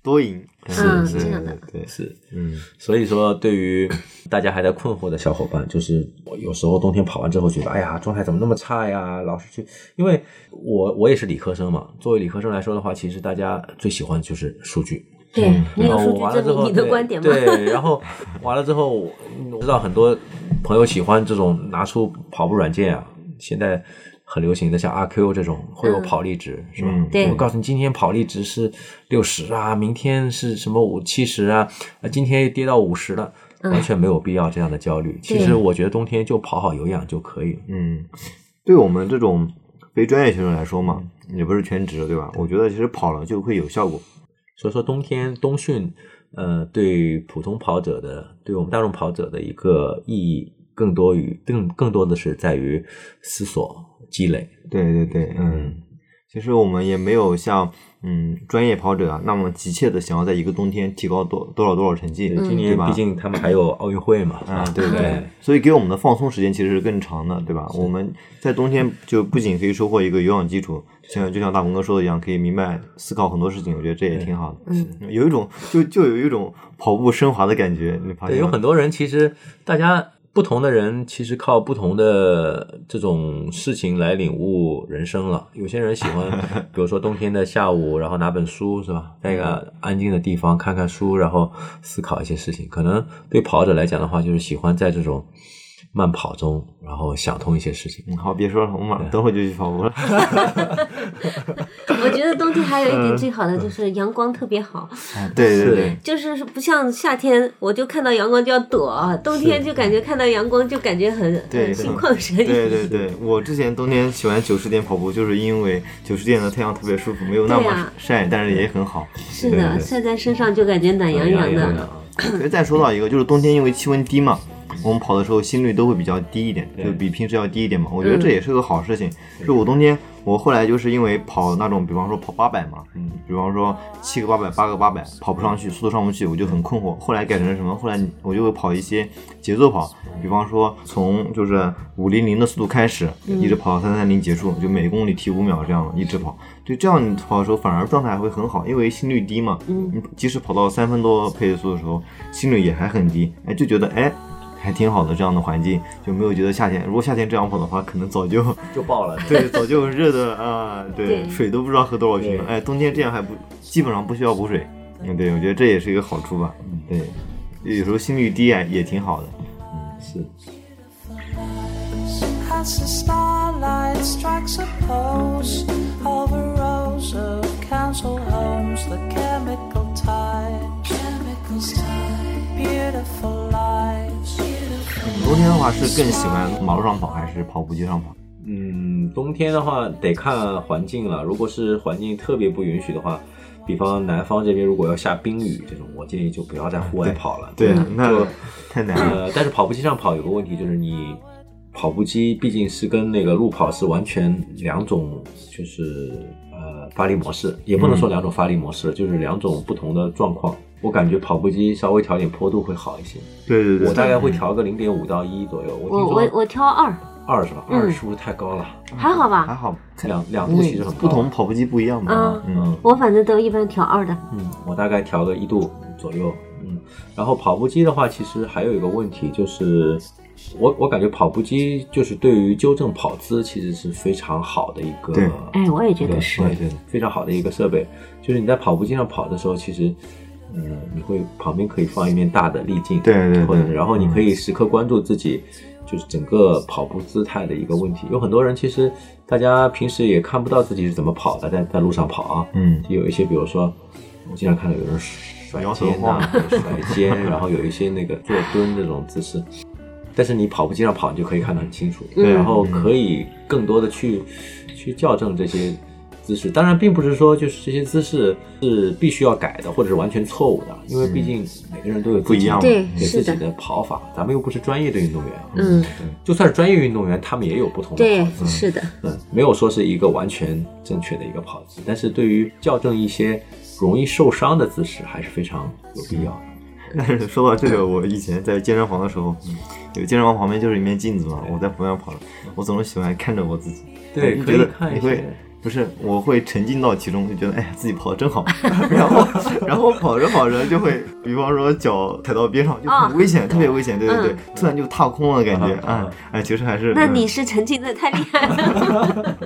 多赢。 嗯， 是这样的， 对， 是， 嗯， 所以说对于大家还在困惑的小伙伴，就是我有时候冬天跑完之后觉得，哎呀，状态怎么那么差呀？老是去，因为我我也是理科生嘛，作为理科生来说的话，其实大家最喜欢就是数据。 对， 嗯你有数完了之后据证明你的观点吗？ 对，对然后完了之后，我知道很多朋友喜欢这种拿出跑步软件啊，现在很流行的像阿 Q 这种会有跑力值，是吧？ 嗯对我告诉你，今天跑力值是六十啊，明天是什么五七十啊，今天又跌到五十了。完全没有必要这样的焦虑。其实我觉得冬天就跑好有氧就可以了。 嗯，对我们这种非专业选手来说嘛，也不是全职，对吧？我觉得其实跑了就会有效果。 所以说冬天冬训，呃，对普通跑者的，对我们大众跑者的一个意义，更多于更更多的是在于思索积累。 对对对，嗯，其实我们也没有像嗯专业跑者啊那么急切的想要在一个冬天提高多多少多少成绩， 今年毕竟他们还有奥运会嘛， 啊、嗯，对对对，所以给我们的放松时间其实是更长的，对吧？我们在冬天就不仅可以收获一个有氧基础，像就像大鹏哥说的一样，可以明白思考很多事情，我觉得这也挺好的。 嗯， 有一种就就有一种跑步升华的感觉，你发现吗？ 对，有很多人其实大家。不同的人其实靠不同的这种事情来领悟人生了。有些人喜欢，比如说冬天的下午，然后拿本书是吧，在一个安静的地方看看书，然后思考一些事情。可能对跑者来讲的话，就是喜欢在这种慢跑中，然后想通一些事情。 嗯，好，别说了，我马等会就去跑步了。 我觉得冬天还有一点最好的就是阳光特别好。 嗯、对对对， 就是不像夏天，我就看到阳光就要躲，冬天就感觉看到阳光就感觉很对心旷神怡。 对对对，我之前冬天喜欢九十点跑步，就是因为九十点的太阳特别舒服，没有那么晒，啊、但是也很好。 是的，晒在身上就感觉暖洋洋的。 可以再说到一个，就是冬天因为气温低嘛。我们跑的时候心率都会比较低一点，就比平时要低一点嘛。我觉得这也是个好事情。嗯、就我冬天，我后来就是因为跑那种，比方说跑八百嘛，嗯，比方说七个八百、八个八百，跑不上去，速度上不去，我就很困惑。后来改成了什么？后来我就会跑一些节奏跑，比方说从就是五零零的速度开始，嗯、一直跑到三三零结束，就每公里提五秒这样一直跑。就这样你跑的时候反而状态还会很好，因为心率低嘛。嗯，你即使跑到三分多配速的时候，心率也还很低，哎，就觉得哎。还挺好的，这样的环境就没有觉得夏天。如果夏天这样跑的话，可能早就就爆了。 对，早就热的啊，对，水都不知道喝多少瓶了。哎，冬天这样还不基本上不需要补水。嗯，对，我觉得这也是一个好处吧。嗯，对，有时候心率低啊也挺好的。嗯，是。冬天的话是更喜欢马路上跑还是跑步机上跑？ 嗯，冬天的话得看环境了。如果是环境特别不允许的话，比方南方这边如果要下冰雨这种，我建议就不要在户外跑了。 对， 对那就太难了。 呃，但是跑步机上跑有个问题，就是你跑步机毕竟是跟那个路跑是完全两种，就是呃发力模式，也不能说两种发力模式，嗯、就是两种不同的状况。我感觉跑步机稍微调点坡度会好一些。 对对对， 我大概会调个零点五到一左右。 我我我调二。 二是吧？二是不是太高了？ 还好吧， 还好， 两两度其实很高。 不同跑步机不一样嘛。 嗯嗯，我反正都一般调二的。 嗯，我大概调个一度左右。嗯，然后跑步机的话，其实还有一个问题就是，我我感觉跑步机就是对于纠正跑姿其实是非常好的一个。 对， 哎，我也觉得是。 对对，非常好的一个设备。就是你在跑步机上跑的时候，其实。嗯，你会旁边可以放一面大的粒镜， 对对对， 然后你可以时刻关注自己，就是整个跑步姿态的一个问题。有很多人其实大家平时也看不到自己是怎么跑的，在在路上跑啊，嗯，有一些比如说我经常看到有人甩肩呐、啊、甩肩，然后有一些那个坐蹲这种姿势，但是你跑步机上跑，你就可以看得很清楚，对，然后可以更多的去去校正这些。姿势当然并不是说就是这些姿势是必须要改的或者是完全错误的，因为毕竟每个人都有不一样的给自己的跑法，咱们又不是专业的运动员， 嗯， 就算是专业运动员他们也有不同的跑姿， 对，是的， 嗯，没有说是一个完全正确的一个跑姿，但是对于校正一些容易受伤的姿势还是非常有必要的。 但是说到这个，我以前在健身房的时候，有健身房旁边就是一面镜子嘛，我在旁边跑了，我总是喜欢看着我自己， 对，可以看一些。 不是，我会沉浸到其中，就觉得哎呀自己跑得真好，然后然后跑着跑着就会，比方说脚踩到边上就很危险，哦、特别危险，对对对，嗯、突然就踏空了感觉，哎、嗯、哎，其实还是。 那你是沉浸的太厉害了。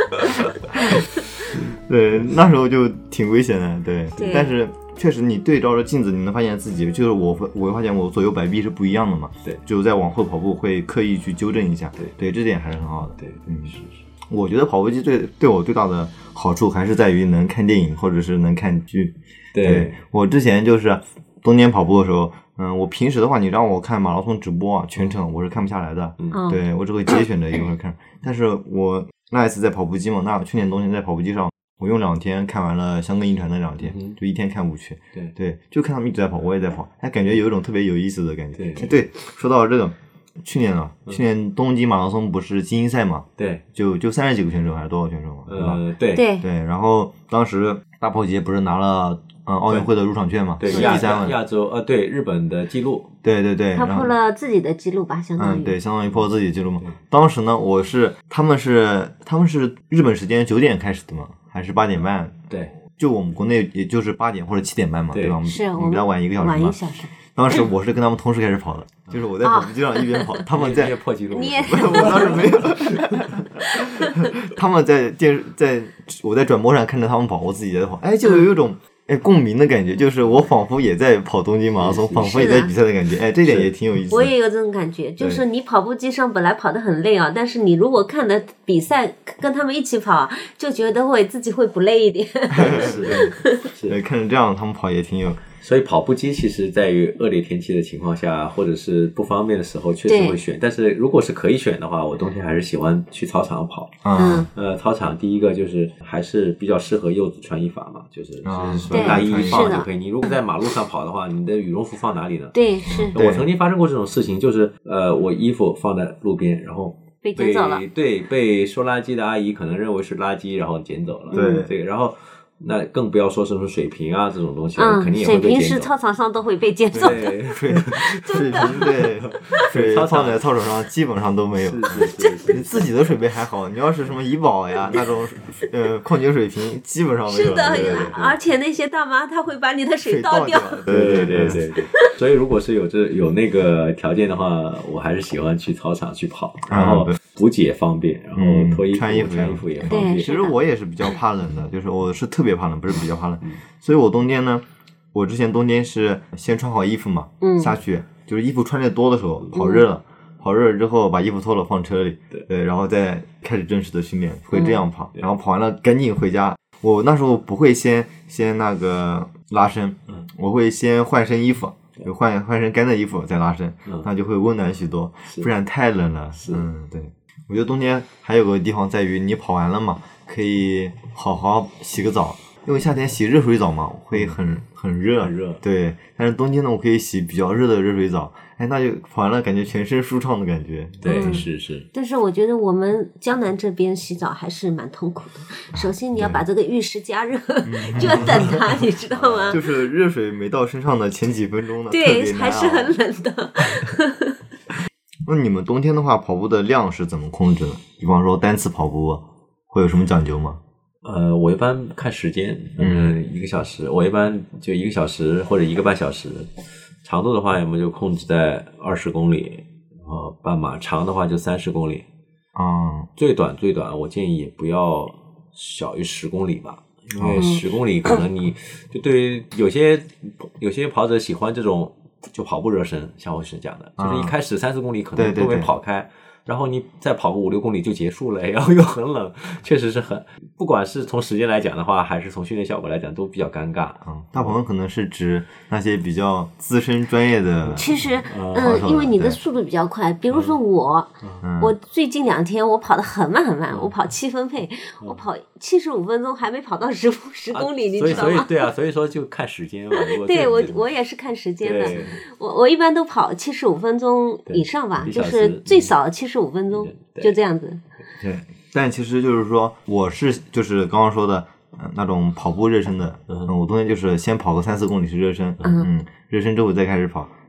对，那时候就挺危险的，对，对但是。确实，你对照着镜子，你能发现自己就是我，我会发现我左右摆臂是不一样的嘛。 对， 就在往后跑步会刻意去纠正一下。 对， 对，这点还是很好的。 对，嗯，是是。 我觉得跑步机对对我最大的好处还是在于能看电影或者是能看剧。 对， 对我之前就是冬天跑步的时候，嗯，我平时的话，你让我看马拉松直播啊，全程我是看不下来的。嗯，对我只会节选着一会儿看。但是我那一次在跑步机嘛，那去年冬天在跑步机上。我用两天看完了香格一传的两天、嗯，就一天看五圈。 对对，就看他们一直在跑，我也在跑，还感觉有一种特别有意思的感觉。 对对, 对，说到这个，去年啊，嗯、去年东京马拉松不是精英赛嘛？ 对， 就就三十几个选手还是多少选手嘛？对吧？ 呃，对对对。然后当时大破节不是拿了嗯奥运会的入场券嘛？ 对， 第三亚洲呃对日本的记录。 对对对， 他破了自己的记录吧，相当于。 嗯，对，相当于破了自己的记录嘛。当时呢，我是他们是他们是日本时间九点开始的嘛。还是八点半， 对， 就我们国内也就是八点或者七点半嘛， 对, 对吧？ 是我们比较晚一个小时嘛。 晚一小时。 当时我是跟他们同时开始跑的，嗯、就是我在跑步机上一边跑，哦、他们在破纪录， 你也我当时没有，他们在电视，在我在转播上看着他们跑，我自己在跑，哎，就有一种。哎，共鸣的感觉，就是我仿佛也在跑东京马拉松，仿佛也在比赛的感觉。哎，这点也挺有意思的。 我也有这种感觉，就是你跑步机上本来跑得很累啊，但是你如果看的比赛跟他们一起跑，就觉得会自己会不累一点。 是是，看着这样他们跑也挺有。 所以跑步机其实在于恶劣天气的情况下，或者是不方便的时候，确实会选。但是如果是可以选的话，我冬天还是喜欢去操场跑。 嗯， 呃，操场第一个就是还是比较适合柚子穿衣法嘛，就是就是大衣一放就可以。你如果在马路上跑的话，你的羽绒服放哪里呢？ 对，是。 我曾经发生过这种事情，就是呃，我衣服放在路边，然后被捡走了。 对，被收垃圾的阿姨可能认为是垃圾，然后捡走了。 对， 这个，然后。那更不要说什么水瓶啊这种东西了， 嗯、 肯定也会被捡走。 水瓶是操场上都会被捡走的。 对，水水瓶对，水放在操场上基本上都没有。 是是是， 你自己的水杯还好，你要是什么怡宝呀那种呃矿泉水瓶，基本上没有。 是的， 对对对， 而且那些大妈她会把你的水倒掉。 对对对对对。所以如果是有这有那个条件的话，我还是喜欢去操场去跑，然后补给也方便，然后脱衣服、 穿衣服穿衣服也方便。 对， 其实我也是比较怕冷的，就是我是特别怕冷，不是比较怕冷，所以我冬天呢，我之前冬天是先穿好衣服嘛， 嗯， 下去就是衣服穿的多的时候，跑热了，嗯、跑热了之后把衣服脱了放车里， 对对，然后再开始正式的训练，会这样跑，嗯、然后跑完了赶紧回家。我那时候不会先先那个拉伸， 嗯、 我会先换身衣服。就换换身干的衣服再拉伸， 嗯、 那就会温暖许多，不然太冷了。嗯，对，我觉得冬天还有个地方在于你跑完了嘛，可以好好洗个澡，因为夏天洗热水澡嘛会很很热， 很热。 对，但是冬天呢，我可以洗比较热的热水澡，哎，那就跑完了感觉全身舒畅的感觉。 对， 嗯、 是是。 但是我觉得我们江南这边洗澡还是蛮痛苦的。首先你要把这个浴室加热，就要等它，你知道吗？ 就是热水没到身上的前几分钟呢， 对，还是很冷的。 那你们冬天的话，跑步的量是怎么控制的？比方说单次跑步会有什么讲究吗？ 呃，我一般看时间，嗯，一个小时，我一般就一个小时或者一个半小时。长度的话，要么就控制在二十公里，然后半马；长的话就三十公里。 啊、嗯， 最短最短，我建议不要小于十公里吧，因为十公里可能你就对于有些有些跑者喜欢这种就跑步热身，像我是讲的，就是一开始三四公里可能都没跑开。 对对对， 然后你再跑个五六公里就结束了，然后又很冷，确实是很，不管是从时间来讲的话，还是从训练效果来讲，都比较尴尬。 嗯，大鹏可能是指那些比较资深专业的。 其实，嗯、呃，因为你的速度比较快，比如说我， 嗯、 我最近两天我跑得很慢很慢，嗯、我跑七分配，嗯、我跑七十五分钟还没跑到十十公里，啊、你知道吗？ 所以，所以对啊，所以说就看时间嘛。 对我，我也是看时间的。我我一般都跑七十五分钟以上吧，就是最少七十五分钟，就这样子。 对，但其实就是说，我是就是刚刚说的，呃、那种跑步热身的，嗯，我冬天就是先跑个三四公里是热身， 嗯， 嗯，热身之后再开始跑。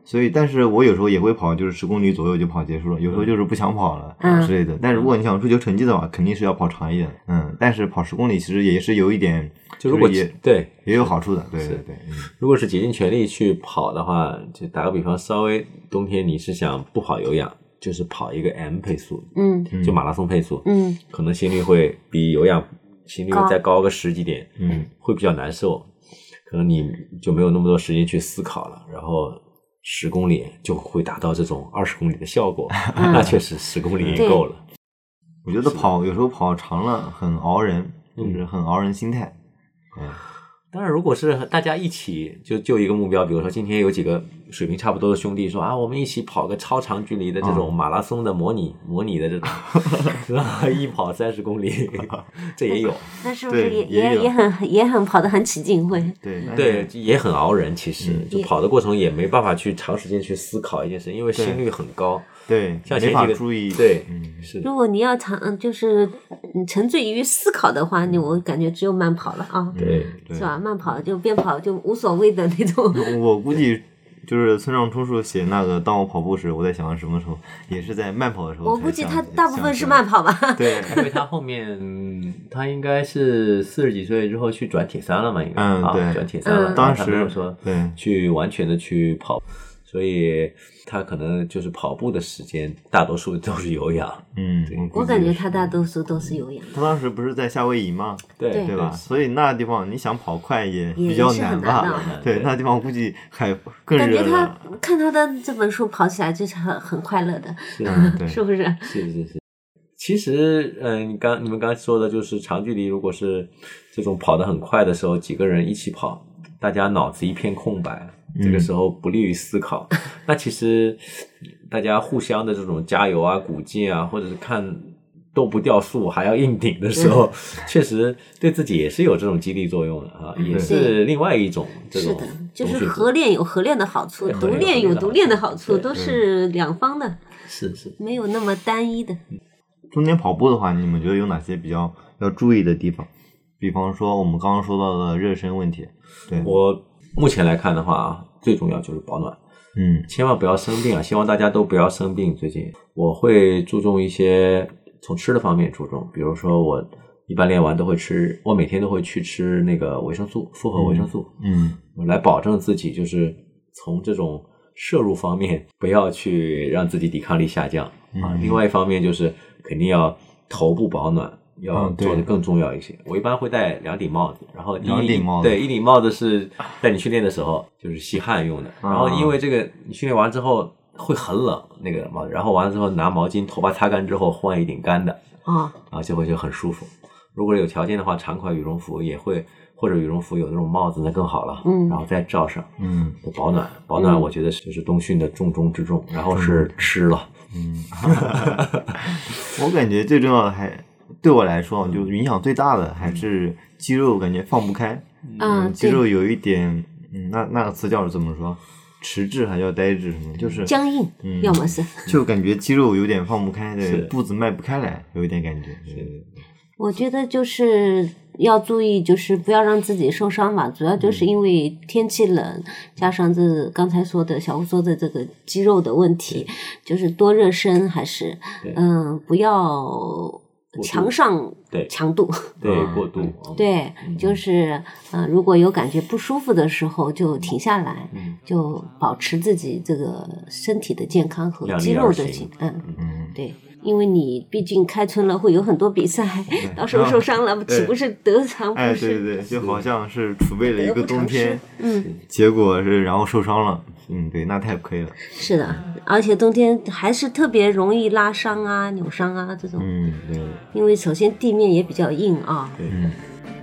所以，但是我有时候也会跑，就是十公里左右就跑结束了。有时候就是不想跑了、嗯、之类的。但如果你想追求成绩的话，肯定是要跑长一点。嗯，但是跑十公里其实也是有一点， 就如果也对也有好处的。对对对、嗯。 如果是竭尽全力去跑的话，就打个比方，稍微冬天你是想不跑有氧，就是跑一个 M 配速， 嗯， 就马拉松配速， 嗯， 可能心率会比有氧心率再高个十几点， 嗯， 会比较难受。可能你就没有那么多时间去思考了，然后十公里就会达到这种二十公里的效果，嗯、那确实十公里也够了。 我觉得跑有时候跑长了很熬人，就是很熬人心态。 嗯，当然，如果是大家一起就就一个目标，比如说今天有几个水平差不多的兄弟说啊，我们一起跑个超长距离的这种马拉松的模拟、嗯、模拟的这种，是吧？一跑三十公里，这也有。 那是不是也也也很也很跑得很起劲？会对对，也很熬人。其实、嗯、就跑的过程也没办法去长时间去思考一件事，因为心率很高。 对， 像前几个注意。 对， 嗯， 是。 如果你要长，就是沉醉于思考的话，你我感觉只有慢跑了啊。 对， 是吧？慢跑就边跑就无所谓的那种。 我估计就是村上春树写那个《当我跑步时》，我在想什么时候，也是在慢跑的时候。 我估计他大部分是慢跑吧。 对， 因为他后面他应该是四十几岁之后去转铁三了嘛，应该嗯对， 啊、转铁三了。 嗯、当时他没有说对去完全的去跑。所以他可能就是跑步的时间大多数都是有氧。 嗯， 我感觉他大多数都是有氧。 他当时不是在夏威夷吗？ 对对吧？所以那地方你想跑快也比较难吧？ 难对，那地方估计还更热。 感觉他看他的这本书跑起来就是很很快乐的， 是、 嗯、对是不是？ 是是是。其实，嗯，刚你们刚才说的就是长距离，如果是这种跑得很快的时候，几个人一起跑，大家脑子一片空白。这个时候不利于思考、嗯、那其实大家互相的这种加油啊鼓劲啊，或者是看斗不掉速还要硬顶的时候、嗯、确实对自己也是有这种激励作用的啊，也是另外一种这种。 是的，就是合练有合练的好处，独练有独练的好处，都是两方的， 是是没有那么单一的。 中间跑步的话，你们觉得有哪些比较要注意的地方？比方说我们刚刚说到的热身问题。对， 我目前来看的话，最重要就是保暖， 嗯， 千万不要生病啊！希望大家都不要生病。最近我会注重一些从吃的方面注重，比如说我一般练完都会吃，我每天都会去吃那个维生素，复合维生素， 嗯， 嗯来保证自己就是从这种摄入方面不要去让自己抵抗力下降、嗯、啊。另外一方面就是肯定要头部保暖。要做的更重要一些、嗯、我一般会戴两顶帽子，然后两顶帽子， 对，一顶帽子是在你训练的时候就是吸汗用的、啊、然后因为这个你训练完之后会很冷那个帽子，然后完了之后拿毛巾头发擦干之后换一顶干的啊， 啊，就会就很舒服。如果有条件的话，长款羽绒服也会，或者羽绒服有那种帽子那更好了， 嗯， 然后再罩上， 嗯， 保暖，保暖我觉得就是冬训的重中之重，然后是吃了， 嗯，我感觉最重要的还对我来说，就影响最大的还是肌肉，感觉放不开。 嗯， 肌肉有一点，嗯，那那个词叫怎么说？迟滞还叫呆滞什么？就是僵硬， 嗯， 要么是就感觉肌肉有点放不开，对，步子迈不开来，有一点感觉。是， 我觉得就是要注意，就是不要让自己受伤嘛。主要就是因为天气冷，加上这刚才说的小吴说的这个肌肉的问题，就是多热身，还是嗯，不要。强上强度， 对过度， 对，就是呃，如果有感觉不舒服的时候，就停下来， 嗯、 就保持自己这个身体的健康和肌肉的健，嗯嗯， 对，因为你毕竟开春了，会有很多比赛，到时候受伤了，岂不是得偿不哎， 失？ 对对对，就好像是储备了一个冬天， 嗯， 结果是然后受伤了。嗯，对，那太亏了。 是的，而且冬天还是特别容易拉伤啊、扭伤啊这种。 嗯，对。 因为首先地面也比较硬啊。 对。嗯。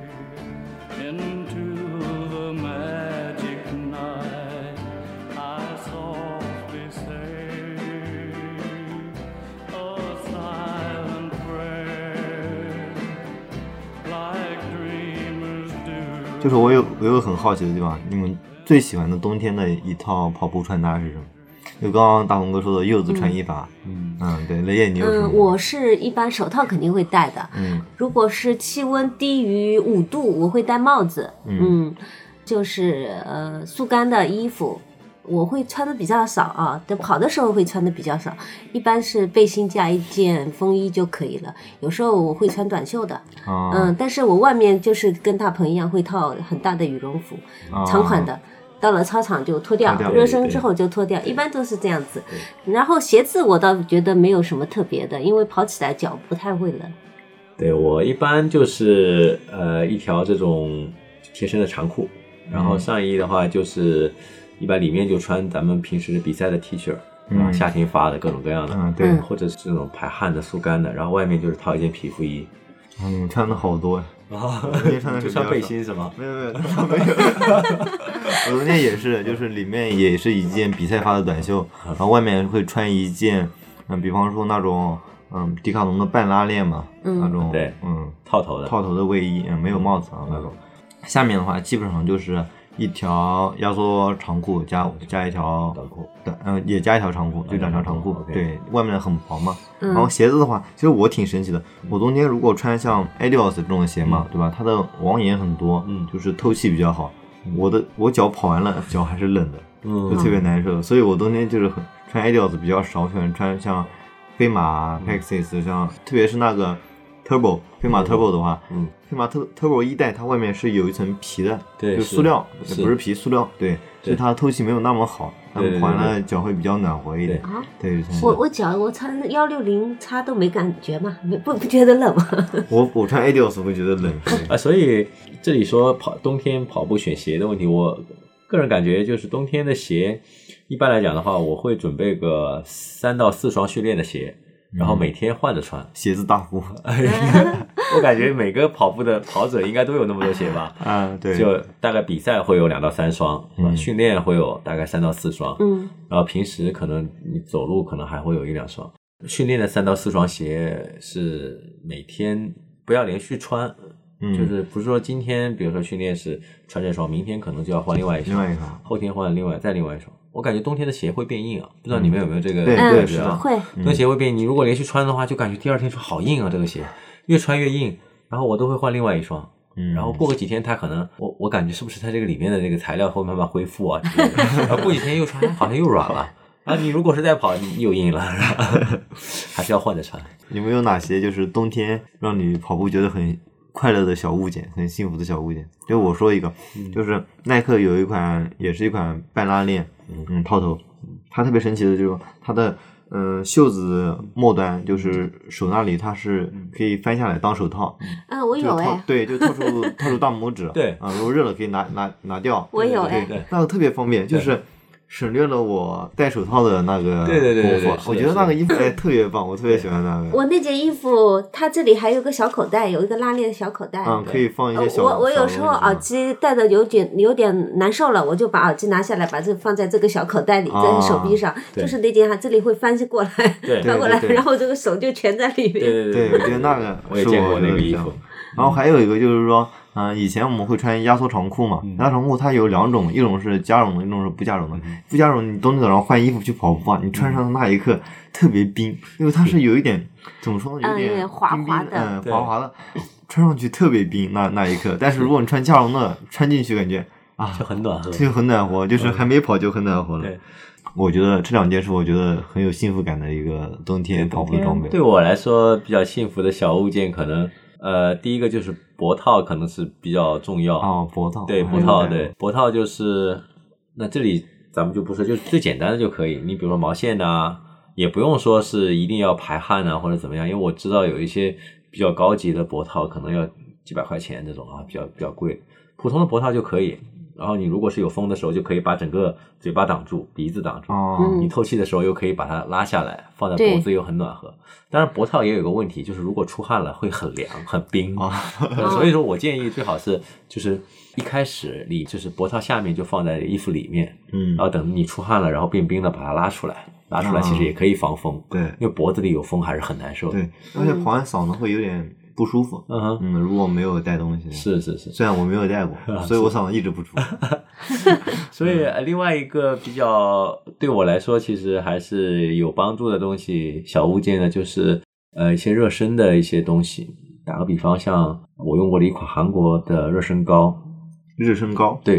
就是我有我有很好奇的地方，你们最喜欢的冬天的一套跑步穿搭是什么？就刚刚大红哥说的柚子穿衣法，嗯嗯，对，雷叶你有什么？ 嗯，我是一般手套肯定会戴的， 嗯， 如果是气温低于五度，我会戴帽子， 嗯， 嗯就是呃速干的衣服， 我会穿的比较少啊，但跑的时候会穿的比较少，一般是背心加一件风衣就可以了。有时候我会穿短袖的， 哦、 嗯，但是我外面就是跟大鹏一样会套很大的羽绒服， 哦、 长款的。到了操场就脱掉， 脱掉热身之后就脱掉，一般都是这样子。然后鞋子我倒觉得没有什么特别的，因为跑起来脚不太会冷。 对，我一般就是呃一条这种贴身的长裤，然后上衣的话就是一般里面就穿咱们平时比赛的 T 恤，然后夏天发的各种各样的， 嗯，对， 或者是这种排汗的速干的，然后外面就是套一件皮肤衣。 嗯，你穿的好多呀。 啊， 穿就穿背心是吗？ 没有没有，没有。我昨天也是，就是里面也是一件比赛发的短袖，然后外面会穿一件，嗯，比方说那种，嗯，迪卡侬的半拉链嘛， 嗯、 那种， 对， 嗯， 套头的套头的卫衣，嗯，没有帽子啊那种。下面的话基本上就是一条压缩长裤加加一条短裤， 短嗯也加一条长裤，就两条长裤， okay. 对，外面的很薄嘛。 嗯、 然后鞋子的话，其实我挺神奇的，我冬天如果穿像 Adidas 这种鞋嘛，嗯、对吧？它的网眼很多，嗯，就是透气比较好。嗯、我的我脚跑完了，脚还是冷的，嗯，就特别难受。所以我冬天就是很穿 Adidas 比较少，喜欢穿像飞马、Pegasus， 像特别是那个 Turbo 飞马 Turbo 的话，嗯。飞马 Turbo 一代它外面是有一层皮的， 对， 就塑料， 是不是皮，塑料，对，所以它透气没有那么好，它跑完了脚会比较暖和一点。 啊， 对， 我我脚我穿幺六零叉都没感觉嘛，不不觉得冷吗？ 我我穿 Adidas 会觉得冷啊，所以这里说跑冬天跑步选鞋的问题，我个人感觉就是冬天的鞋，一般来讲的话，我会准备个三到四双训练的鞋。然后每天换着穿， 嗯、鞋子大户。 我感觉每个跑步的跑者应该都有那么多鞋吧？ 啊，对， 就大概比赛会有两到三双，嗯、训练会有大概三到四双， 嗯， 然后平时可能你走路可能还会有一两双。训练的三到四双鞋是每天不要连续穿，嗯、就是不是说今天比如说训练是穿这双，明天可能就要换另外一双， 另外一双， 后天换另外再另外一双。我感觉冬天的鞋会变硬啊，不知道你们有没有这个感觉、 嗯、 啊？ 会， 冬天鞋会变硬。你如果连续穿的话，就感觉第二天说好硬啊，这个鞋越穿越硬。然后我都会换另外一双，嗯，然后过个几天，它可能我我感觉是不是它这个里面的这个材料会慢慢恢复啊？然后过几天又穿，好像又软了。啊，你如果是在跑，你又硬了，还是要换着穿。 有没有哪些就是冬天让你跑步觉得很快乐的小物件，很幸福的小物件？就我说一个，嗯、就是耐克有一款，也是一款半拉链，嗯，套头，它特别神奇的就是它的。嗯，袖子末端就是手那里，它是可以翻下来当手套。 嗯，我有哎。 对，就套出套出大拇指。 对啊，如果热了可以拿拿拿掉。 我有哎。 对，那个特别方便，就是省略了我戴手套的那个对对对对对， 我觉得那个衣服哎特别棒，我特别喜欢那个。 我那件衣服，它这里还有个小口袋，有一个拉链的小口袋。 嗯，可以放一些小。 我我有时候耳机戴的有点有点难受了，我就把耳机拿下来，把这放在这个小口袋里，在手臂上，就是那件哈，这里会翻过来，翻过来，然后这个手就全在里面。 对对，我觉得那个我也见过那个衣服。 然后还有一个就是说，嗯、呃，以前我们会穿压缩长裤嘛，压缩长裤它有两种，一种是加绒的，一种是不加绒的。不加绒，你冬天早上换衣服去跑步啊，你穿上的那一刻特别冰，因为它是有一点怎么说呢，有点滑滑的， 嗯，滑滑的，穿上去特别冰那那一刻。但是如果你穿加绒的，穿进去感觉啊， 就很暖和， 就很暖和，就是还没跑就很暖和了。 对。 我觉得这两件是我觉得很有幸福感的一个冬天跑步的装备。 对我来说，比较幸福的小物件可能。呃，第一个就是脖套，可能是比较重要哦，脖套， 对脖套，对脖套就是那这里咱们就不说，就是最简单的就可以。你比如说毛线啊，也不用说是一定要排汗啊或者怎么样，因为我知道有一些比较高级的脖套可能要几百块钱这种啊，比较比较贵。普通的脖套就可以。然后你如果是有风的时候，就可以把整个嘴巴挡住，鼻子挡住。 哦， 你透气的时候又可以把它拉下来，放在脖子又很暖和。当然，脖套也有一个问题，就是如果出汗了会很凉、很冰。 哦呃、所以说我建议最好是就是一开始你就是脖套下面就放在衣服里面， 嗯， 然后等你出汗了，然后变冰了，把它拉出来，拉出来其实也可以防风。 对、哦， 因为脖子里有风还是很难受的。 对，而且跑完嗓子会有点。不舒服， 嗯哼， 嗯，如果没有带东西， 是是是， 虽然我没有带过，所以我嗓子一直不舒服。 所以另外一个比较对我来说，其实还是有帮助的东西，小物件呢，就是呃一些热身的一些东西。打个比方，像我用过的一款韩国的热身膏， 热身膏， 对，热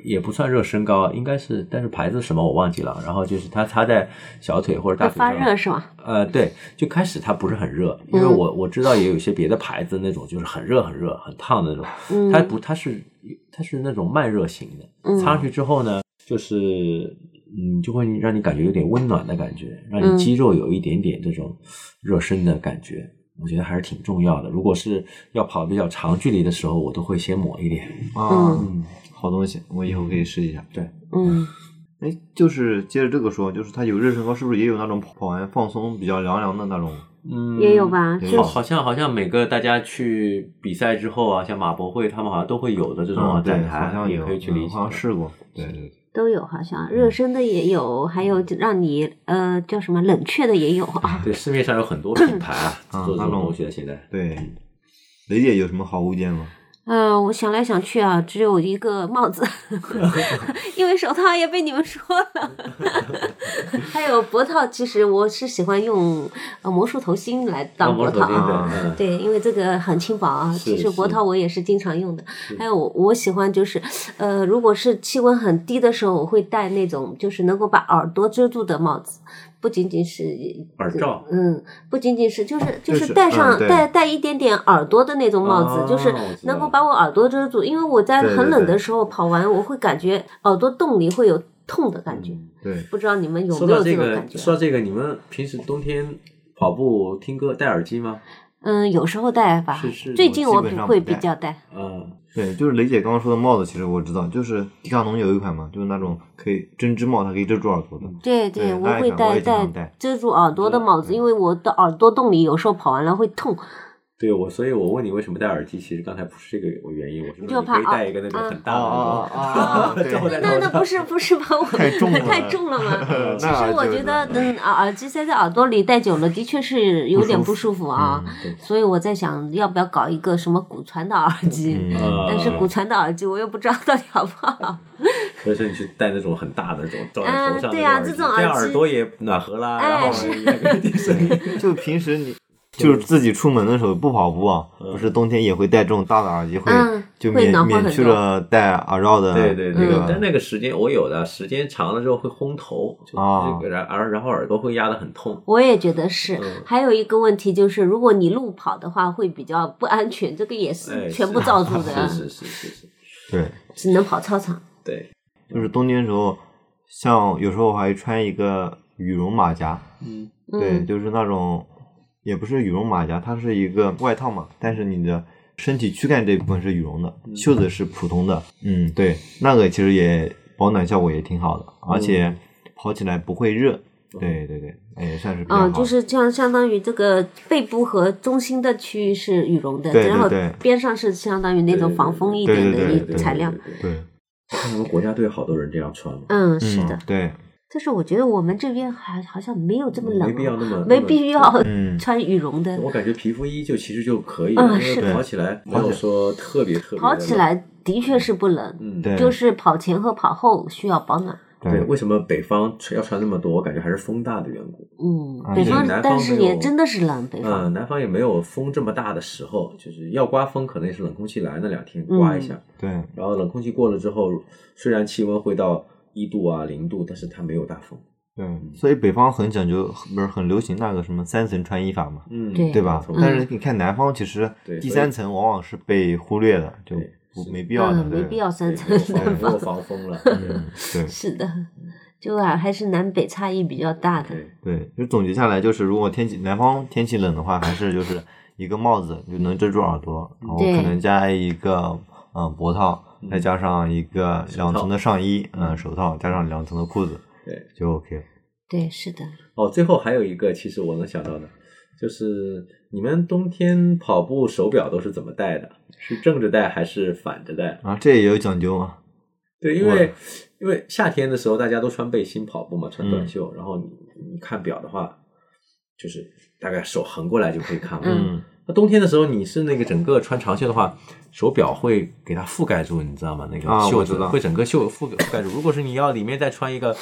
也不算热身膏，应该是，但是牌子什么我忘记了。然后就是它擦在小腿或者大腿上， 会发热是吗？ 呃，对，就开始它不是很热，因为我我知道也有一些别的牌子那种就是很热很热很烫的那种， 嗯、 它不它是它是那种慢热型的， 嗯、 擦上去之后呢，就是嗯就会让你感觉有点温暖的感觉，让你肌肉有一点点这种热身的感觉。嗯我觉得还是挺重要的。如果是要跑比较长距离的时候，我都会先抹一点。 啊，嗯，好东西，我以后可以试一下。 对， 嗯， 哎，就是接着这个说，就是它有热身膏，是不是也有那种跑完放松比较凉凉的那种？ 嗯， 也有吧。 就好，好像好像每个大家去比赛之后啊，像马博会他们好像都会有的这种站台， 好像也可以去理解。 好像试过，对对对。 都有，好像热身的也有，还有让你呃叫什么冷却的也有啊。 对，市面上有很多品牌啊， 啊做这种东西的。现在对，雷姐有什么好物件吗？ 嗯、呃，我想来想去啊，只有一个帽子，因为手套也被你们说了。还有脖套，其实我是喜欢用呃魔术头芯来当脖套啊， 嗯、对，因为这个很轻薄啊。其实脖套我也是经常用的。还有我我喜欢就是，呃，如果是气温很低的时候，我会戴那种就是能够把耳朵遮住的帽子。不仅仅是耳罩， 嗯，不仅仅是就是就是戴上戴戴一点点耳朵的那种帽子，就是能够把我耳朵遮住。因为我在很冷的时候跑完，我会感觉耳朵洞里会有痛的感觉。 对， 不知道你们有没有这种感觉？ 说到这个，你们平时冬天跑步听歌戴耳机吗？ 嗯，有时候戴吧。 是是。 最近我会比较戴。 嗯。 对，就是雷姐刚刚说的帽子，其实我知道，就是迪卡侬有一款嘛，就是那种可以针织帽，它可以遮住耳朵的。 对对， 对我会戴戴遮住耳朵的帽子，因为我的耳朵洞里有时候跑完了会痛。 对我，所以我问你为什么戴耳机，其实刚才不是这个原因，我是就怕你可以戴一个那种很大的啊啊！ 那那不是不是把我太重了太重了吗？其实我觉得，嗯，耳机塞在耳朵里戴久了，的确是有点不舒服啊。所以我在想，要不要搞一个什么骨传导耳机？但是骨传导耳机我又不知道到底好不好。 所以说你去戴那种很大的这种罩在头上的耳机， 对啊，这种这样耳朵也暖和啦，然后也可以听声音。 就平时你。就是自己出门的时候不跑步啊，不是冬天也会戴这种大的耳机，会就免免去了戴耳罩的。 对对对，但那个时间我有的时间长了之后会烘头，就这个然然后耳朵会压得很痛。 我也觉得是，还有一个问题就是，如果你路跑的话会比较不安全，这个也是全部罩住的。 是是是是。 对， 只能跑操场。 对， 就是冬天的时候，像有时候我还穿一个羽绒马甲， 嗯， 对，就是那种。也不是羽绒马甲，它是一个外套嘛，但是你的身体躯干这部分是羽绒的，袖子是普通的。嗯，对，那个其实也保暖效果也挺好的，而且跑起来不会热。对对对，也算是比较好。 嗯，就是这样，相当于这个背部和中心的区域是羽绒的， 对对对， 然后边上是相当于那种防风一点的一个材料。 对， 看我们国家队好多人这样穿。 嗯，是的。 对。 但是我觉得我们这边还好像没有这么冷， 没必要那么没必要嗯穿羽绒的。 我感觉皮肤衣就其实就可以了， 嗯，是的，跑起来没有说特别特别。 跑起来的确是不冷， 嗯， 对， 就是跑前和跑后需要保暖。 对，为什么北方要穿那么多？我感觉还是风大的缘故。 嗯，北方，但是也真的是冷，北方。 嗯，南方也没有风这么大的时候，就是要刮风，可能也是冷空气来那两天刮一下。 对， 然后冷空气过了之后，虽然气温会到一度啊零度，但是它没有大风。 对，所以北方很讲究，不是很流行那个什么三层穿衣法嘛， 嗯， 对吧？但是你看南方，其实第三层往往是被忽略的，就不没必要的， 没必要三层， 没有防风了。 嗯，对， 是的，就啊还是南北差异比较大的。 对，就总结下来就是，如果天气南方天气冷的话，还是就是一个帽子就能遮住耳朵，然后可能加一个嗯脖套，再加上一个两层的上衣，嗯手套，加上两层的裤子。 对， 就 OK 了。 对，是的。 哦，最后还有一个，其实我能想到的，就是你们冬天跑步手表都是怎么戴的？是正着戴还是反着戴？ 啊，这也有讲究啊。 对，因为因为夏天的时候大家都穿背心跑步嘛，穿短袖，嗯、然后你你看表的话，就是大概手横过来就可以看了。 嗯。 那冬天的时候，你是那个整个穿长袖的话，手表会给它覆盖住，你知道吗？那个袖子、啊、会整个袖覆覆盖住。如果是你要里面再穿一个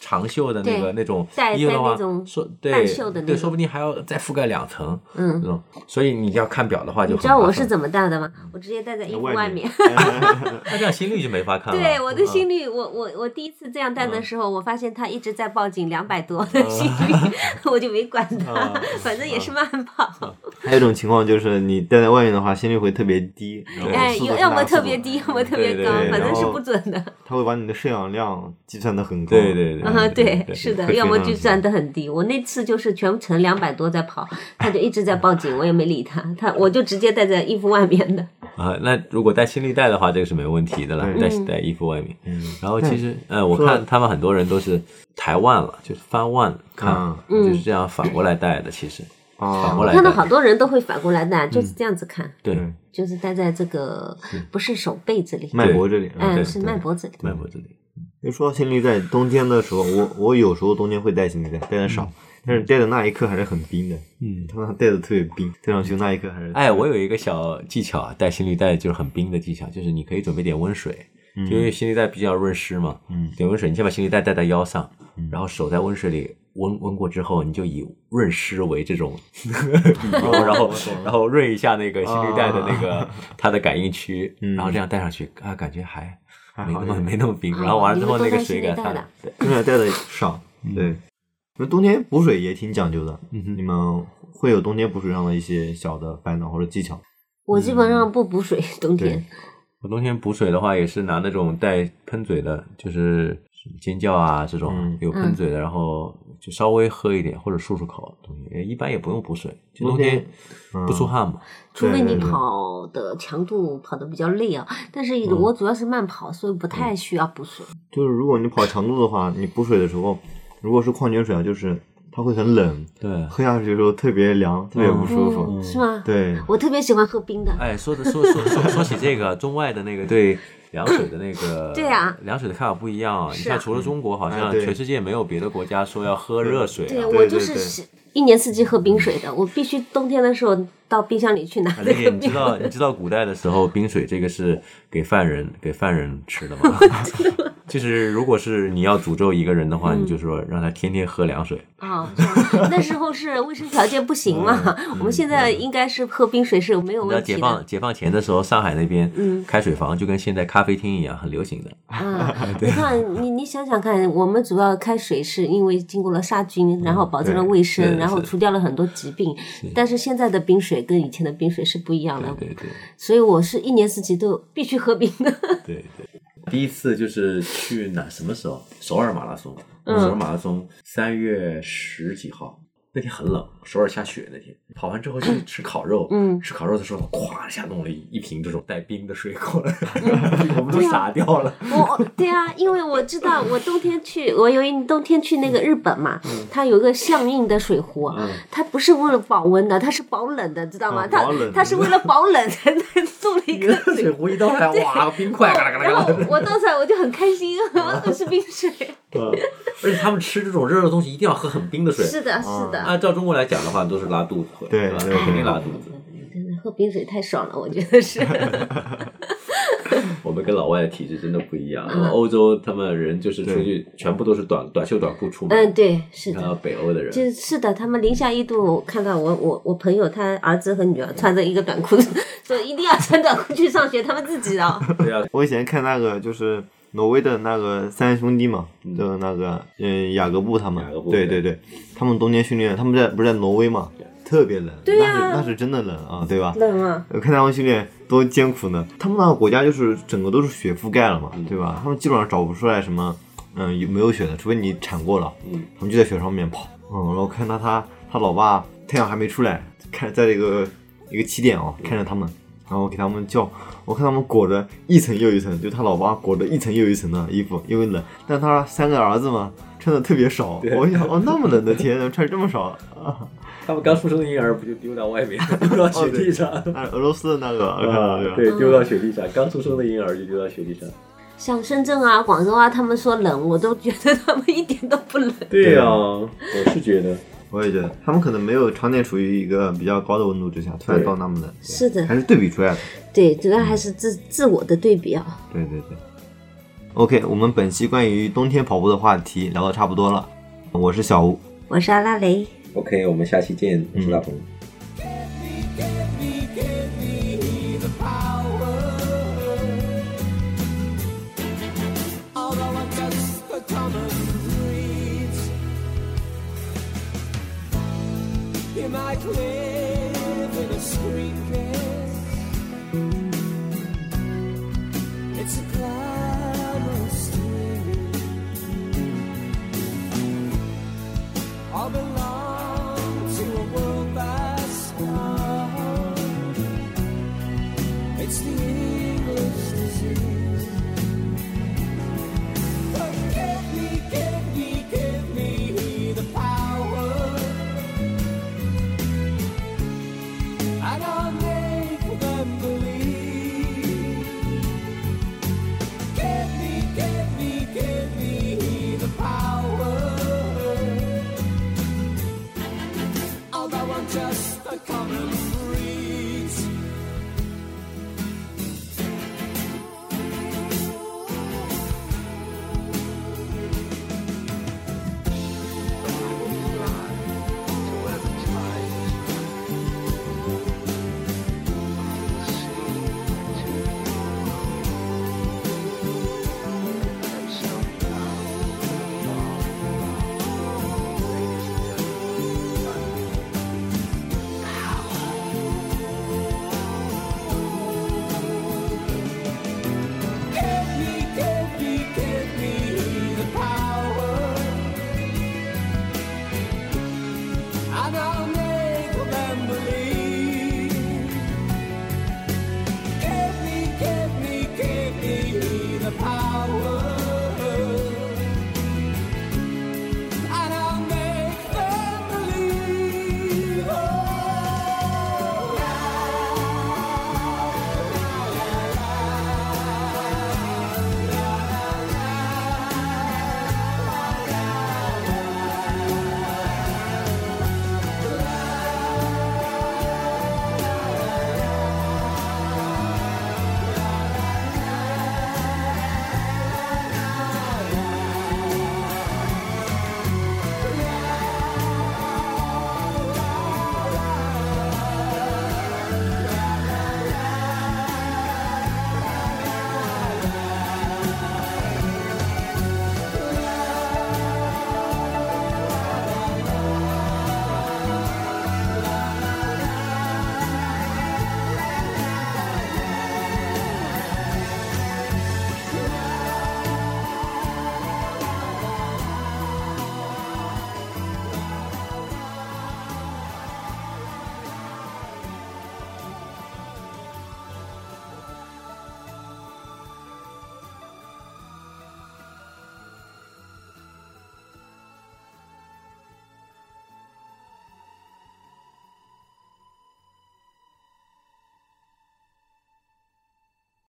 长袖的那个那种带衣服的话， 带那种说对半袖的那种对，说不定还要再覆盖两层， 嗯这种，所以你要看表的话就很你知道我麻烦是怎么戴的吗？我直接戴在衣服外面。 那这样心率就没法看了。 对，我的心率，我我我第一次这样戴的时候，我发现它一直在报警两百多的心率，我就没管它，反正也是慢跑。 还有一种情况就是你戴在外面的话，心率会特别低， 哎，要么特别低，要么特别高，反正是不准的。 它会把你的摄氧量计算的很高。 对对对， 啊对，是的，要么计算的很低。我那次就是全程两百多在跑，他就一直在报警，我也没理他，他我就直接戴在衣服外面的。 啊，那如果带心率带的话，这个是没问题的了，带带衣服外面。 嗯， 然后其实，呃，我看他们很多人都是抬腕了，就是翻腕看，就是这样反过来带的。其实，反过来看到好多人都会反过来戴，就是这样子看。 对， 就是戴在这个不是手背这里， 脉搏这里， 嗯，是脉搏这里， 脉搏这里。 就说到心率带，冬天的时候，我我有时候冬天会带心率带，带的少。但是戴的那一刻还是很冰的，嗯，他们戴的特别冰，戴上去那一刻还是。 哎，我有一个小技巧啊，戴心率带就是很冰的技巧，就是你可以准备点温水，嗯、因为心率带毕竟要润湿嘛，嗯，点温水，你先把心率带戴在腰上，嗯、然后手在温水里温温过之后，你就以润湿为这种理由，然后然后润一下那个心率带的那个、啊、它的感应区，嗯、然后这样戴上去啊，感觉还没那么没那么冰，然后完了之后那个水感它， 对，心率带戴的少，对。你们冬天补水也挺讲究的，嗯、你们会有冬天补水上的一些小的烦恼或者技巧？ 我基本上不补水，嗯、冬天。 我冬天补水的话，也是拿那种带喷嘴的，就是尖叫啊这种、嗯、有喷嘴的，然后就稍微喝一点或者漱漱口。冬天一般也不用补水，就冬天不出汗嘛。 除非你跑的强度跑的比较累啊，但是我主要是慢跑，所以不太需要补水。 就是如果你跑强度的话，你补水的时候。如果是矿泉水啊，就是它会很冷，对，喝下去的时候特别凉，特别不舒服， 嗯、是吗？ 对， 我特别喜欢喝冰的。 哎，说的说说说说起这个中外的那个对凉水的那个， 对啊， 凉水的看法不一样啊。 你看，除了中国，好像全世界没有别的国家说要喝热水、啊。 对，我就是一年四季喝冰水的，我必须冬天的时候到冰箱里去拿这个冰。 你知道你知道古代的时候冰水这个是给犯人给犯人吃的吗？就是如果是你要诅咒一个人的话，嗯、你就说让他天天喝凉水。 啊、哦，那时候是卫生条件不行嘛。嗯、我们现在应该是喝冰水是没有问题的。 解放解放前的时候，上海那边开水房就跟现在咖啡厅一样，很流行的。 嗯，你看你你想想看，我们主要开水是因为经过了杀菌，然后保证了卫生，嗯、然后除掉了很多疾病。但是现在的冰水跟以前的冰水是不一样的。 对对对。 所以我是一年四季都必须喝冰的。 对对。第一次就是去哪什么时候？首尔马拉松，嗯、首尔马拉松三月十几号，那天很冷，首尔下雪那天。跑完之后就去吃烤肉，嗯，吃烤肉的时候，咵一下弄了一瓶这种带冰的水过来，嗯、我们都傻掉了。 我对啊，因为我知道我冬天去，我有一冬天去那个日本嘛，嗯、它有一个相应的水壶，嗯、它不是为了保温的，它是保冷的，知道吗？它它是为了保冷才做了一个水壶，一倒来，哇，冰块， 然后我倒出来我就很开心，都是冰水。 嗯，而且他们吃这种热的东西一定要喝很冰的水。 是的，是的。 按照中国来讲的话，都是拉肚子， 对， 肯定拉肚子。 喝冰水太爽了，我觉得是。 我们跟老外的体质真的不一样。嗯、欧洲他们人就是出去全部都是短短袖短裤出门。 嗯，对，是的。 看到北欧的人， 就是是的，他们零下一度，看到我我我朋友他儿子和女儿穿着一个短裤子，说一定要穿短裤去上学，他们自己啊。 对啊， 我以前看那个就是挪威的那个三兄弟嘛，就那个嗯雅各布他们，对对对，他们冬天训练，他们在不是在挪威嘛。特别冷， 对呀、 啊，那是那是真的冷啊，对吧？ 冷啊！ 我看他们训练多艰苦呢。他们那个国家就是整个都是雪覆盖了嘛，对吧？他们基本上找不出来什么，嗯，有没有雪的，除非你铲过了，嗯，他们就在雪上面跑，嗯，然后看到他他老爸太阳还没出来，看在这个一个起点哦，看着他们，然后给他们叫，我看他们裹着一层又一层，就他老爸裹着一层又一层的衣服，因为冷，但他三个儿子嘛，穿的特别少，我想哦，那么冷的天，穿这么少啊。 他们刚出生的婴儿不就丢到外面，丢到雪地上？ 哦、俄罗斯的那个， 啊、对，丢到雪地上，刚出生的婴儿就丢到雪地上。 像深圳啊、广州啊，他们说冷，我都觉得他们一点都不冷。 对呀、啊，我是觉得， 我也觉得，他们可能没有常年处于一个比较高的温度之下，突然到那么冷， 是的， 还是对比出来的。 对，主要还是自、嗯、自我的对比啊。 对对对。 OK， 我们本期关于冬天跑步的话题聊得差不多了。我是小吴， 我是阿拉蕾。 OK， 我们下期见。我是大鹏。 You might live in a suitcase. It's a glamorous dream of a life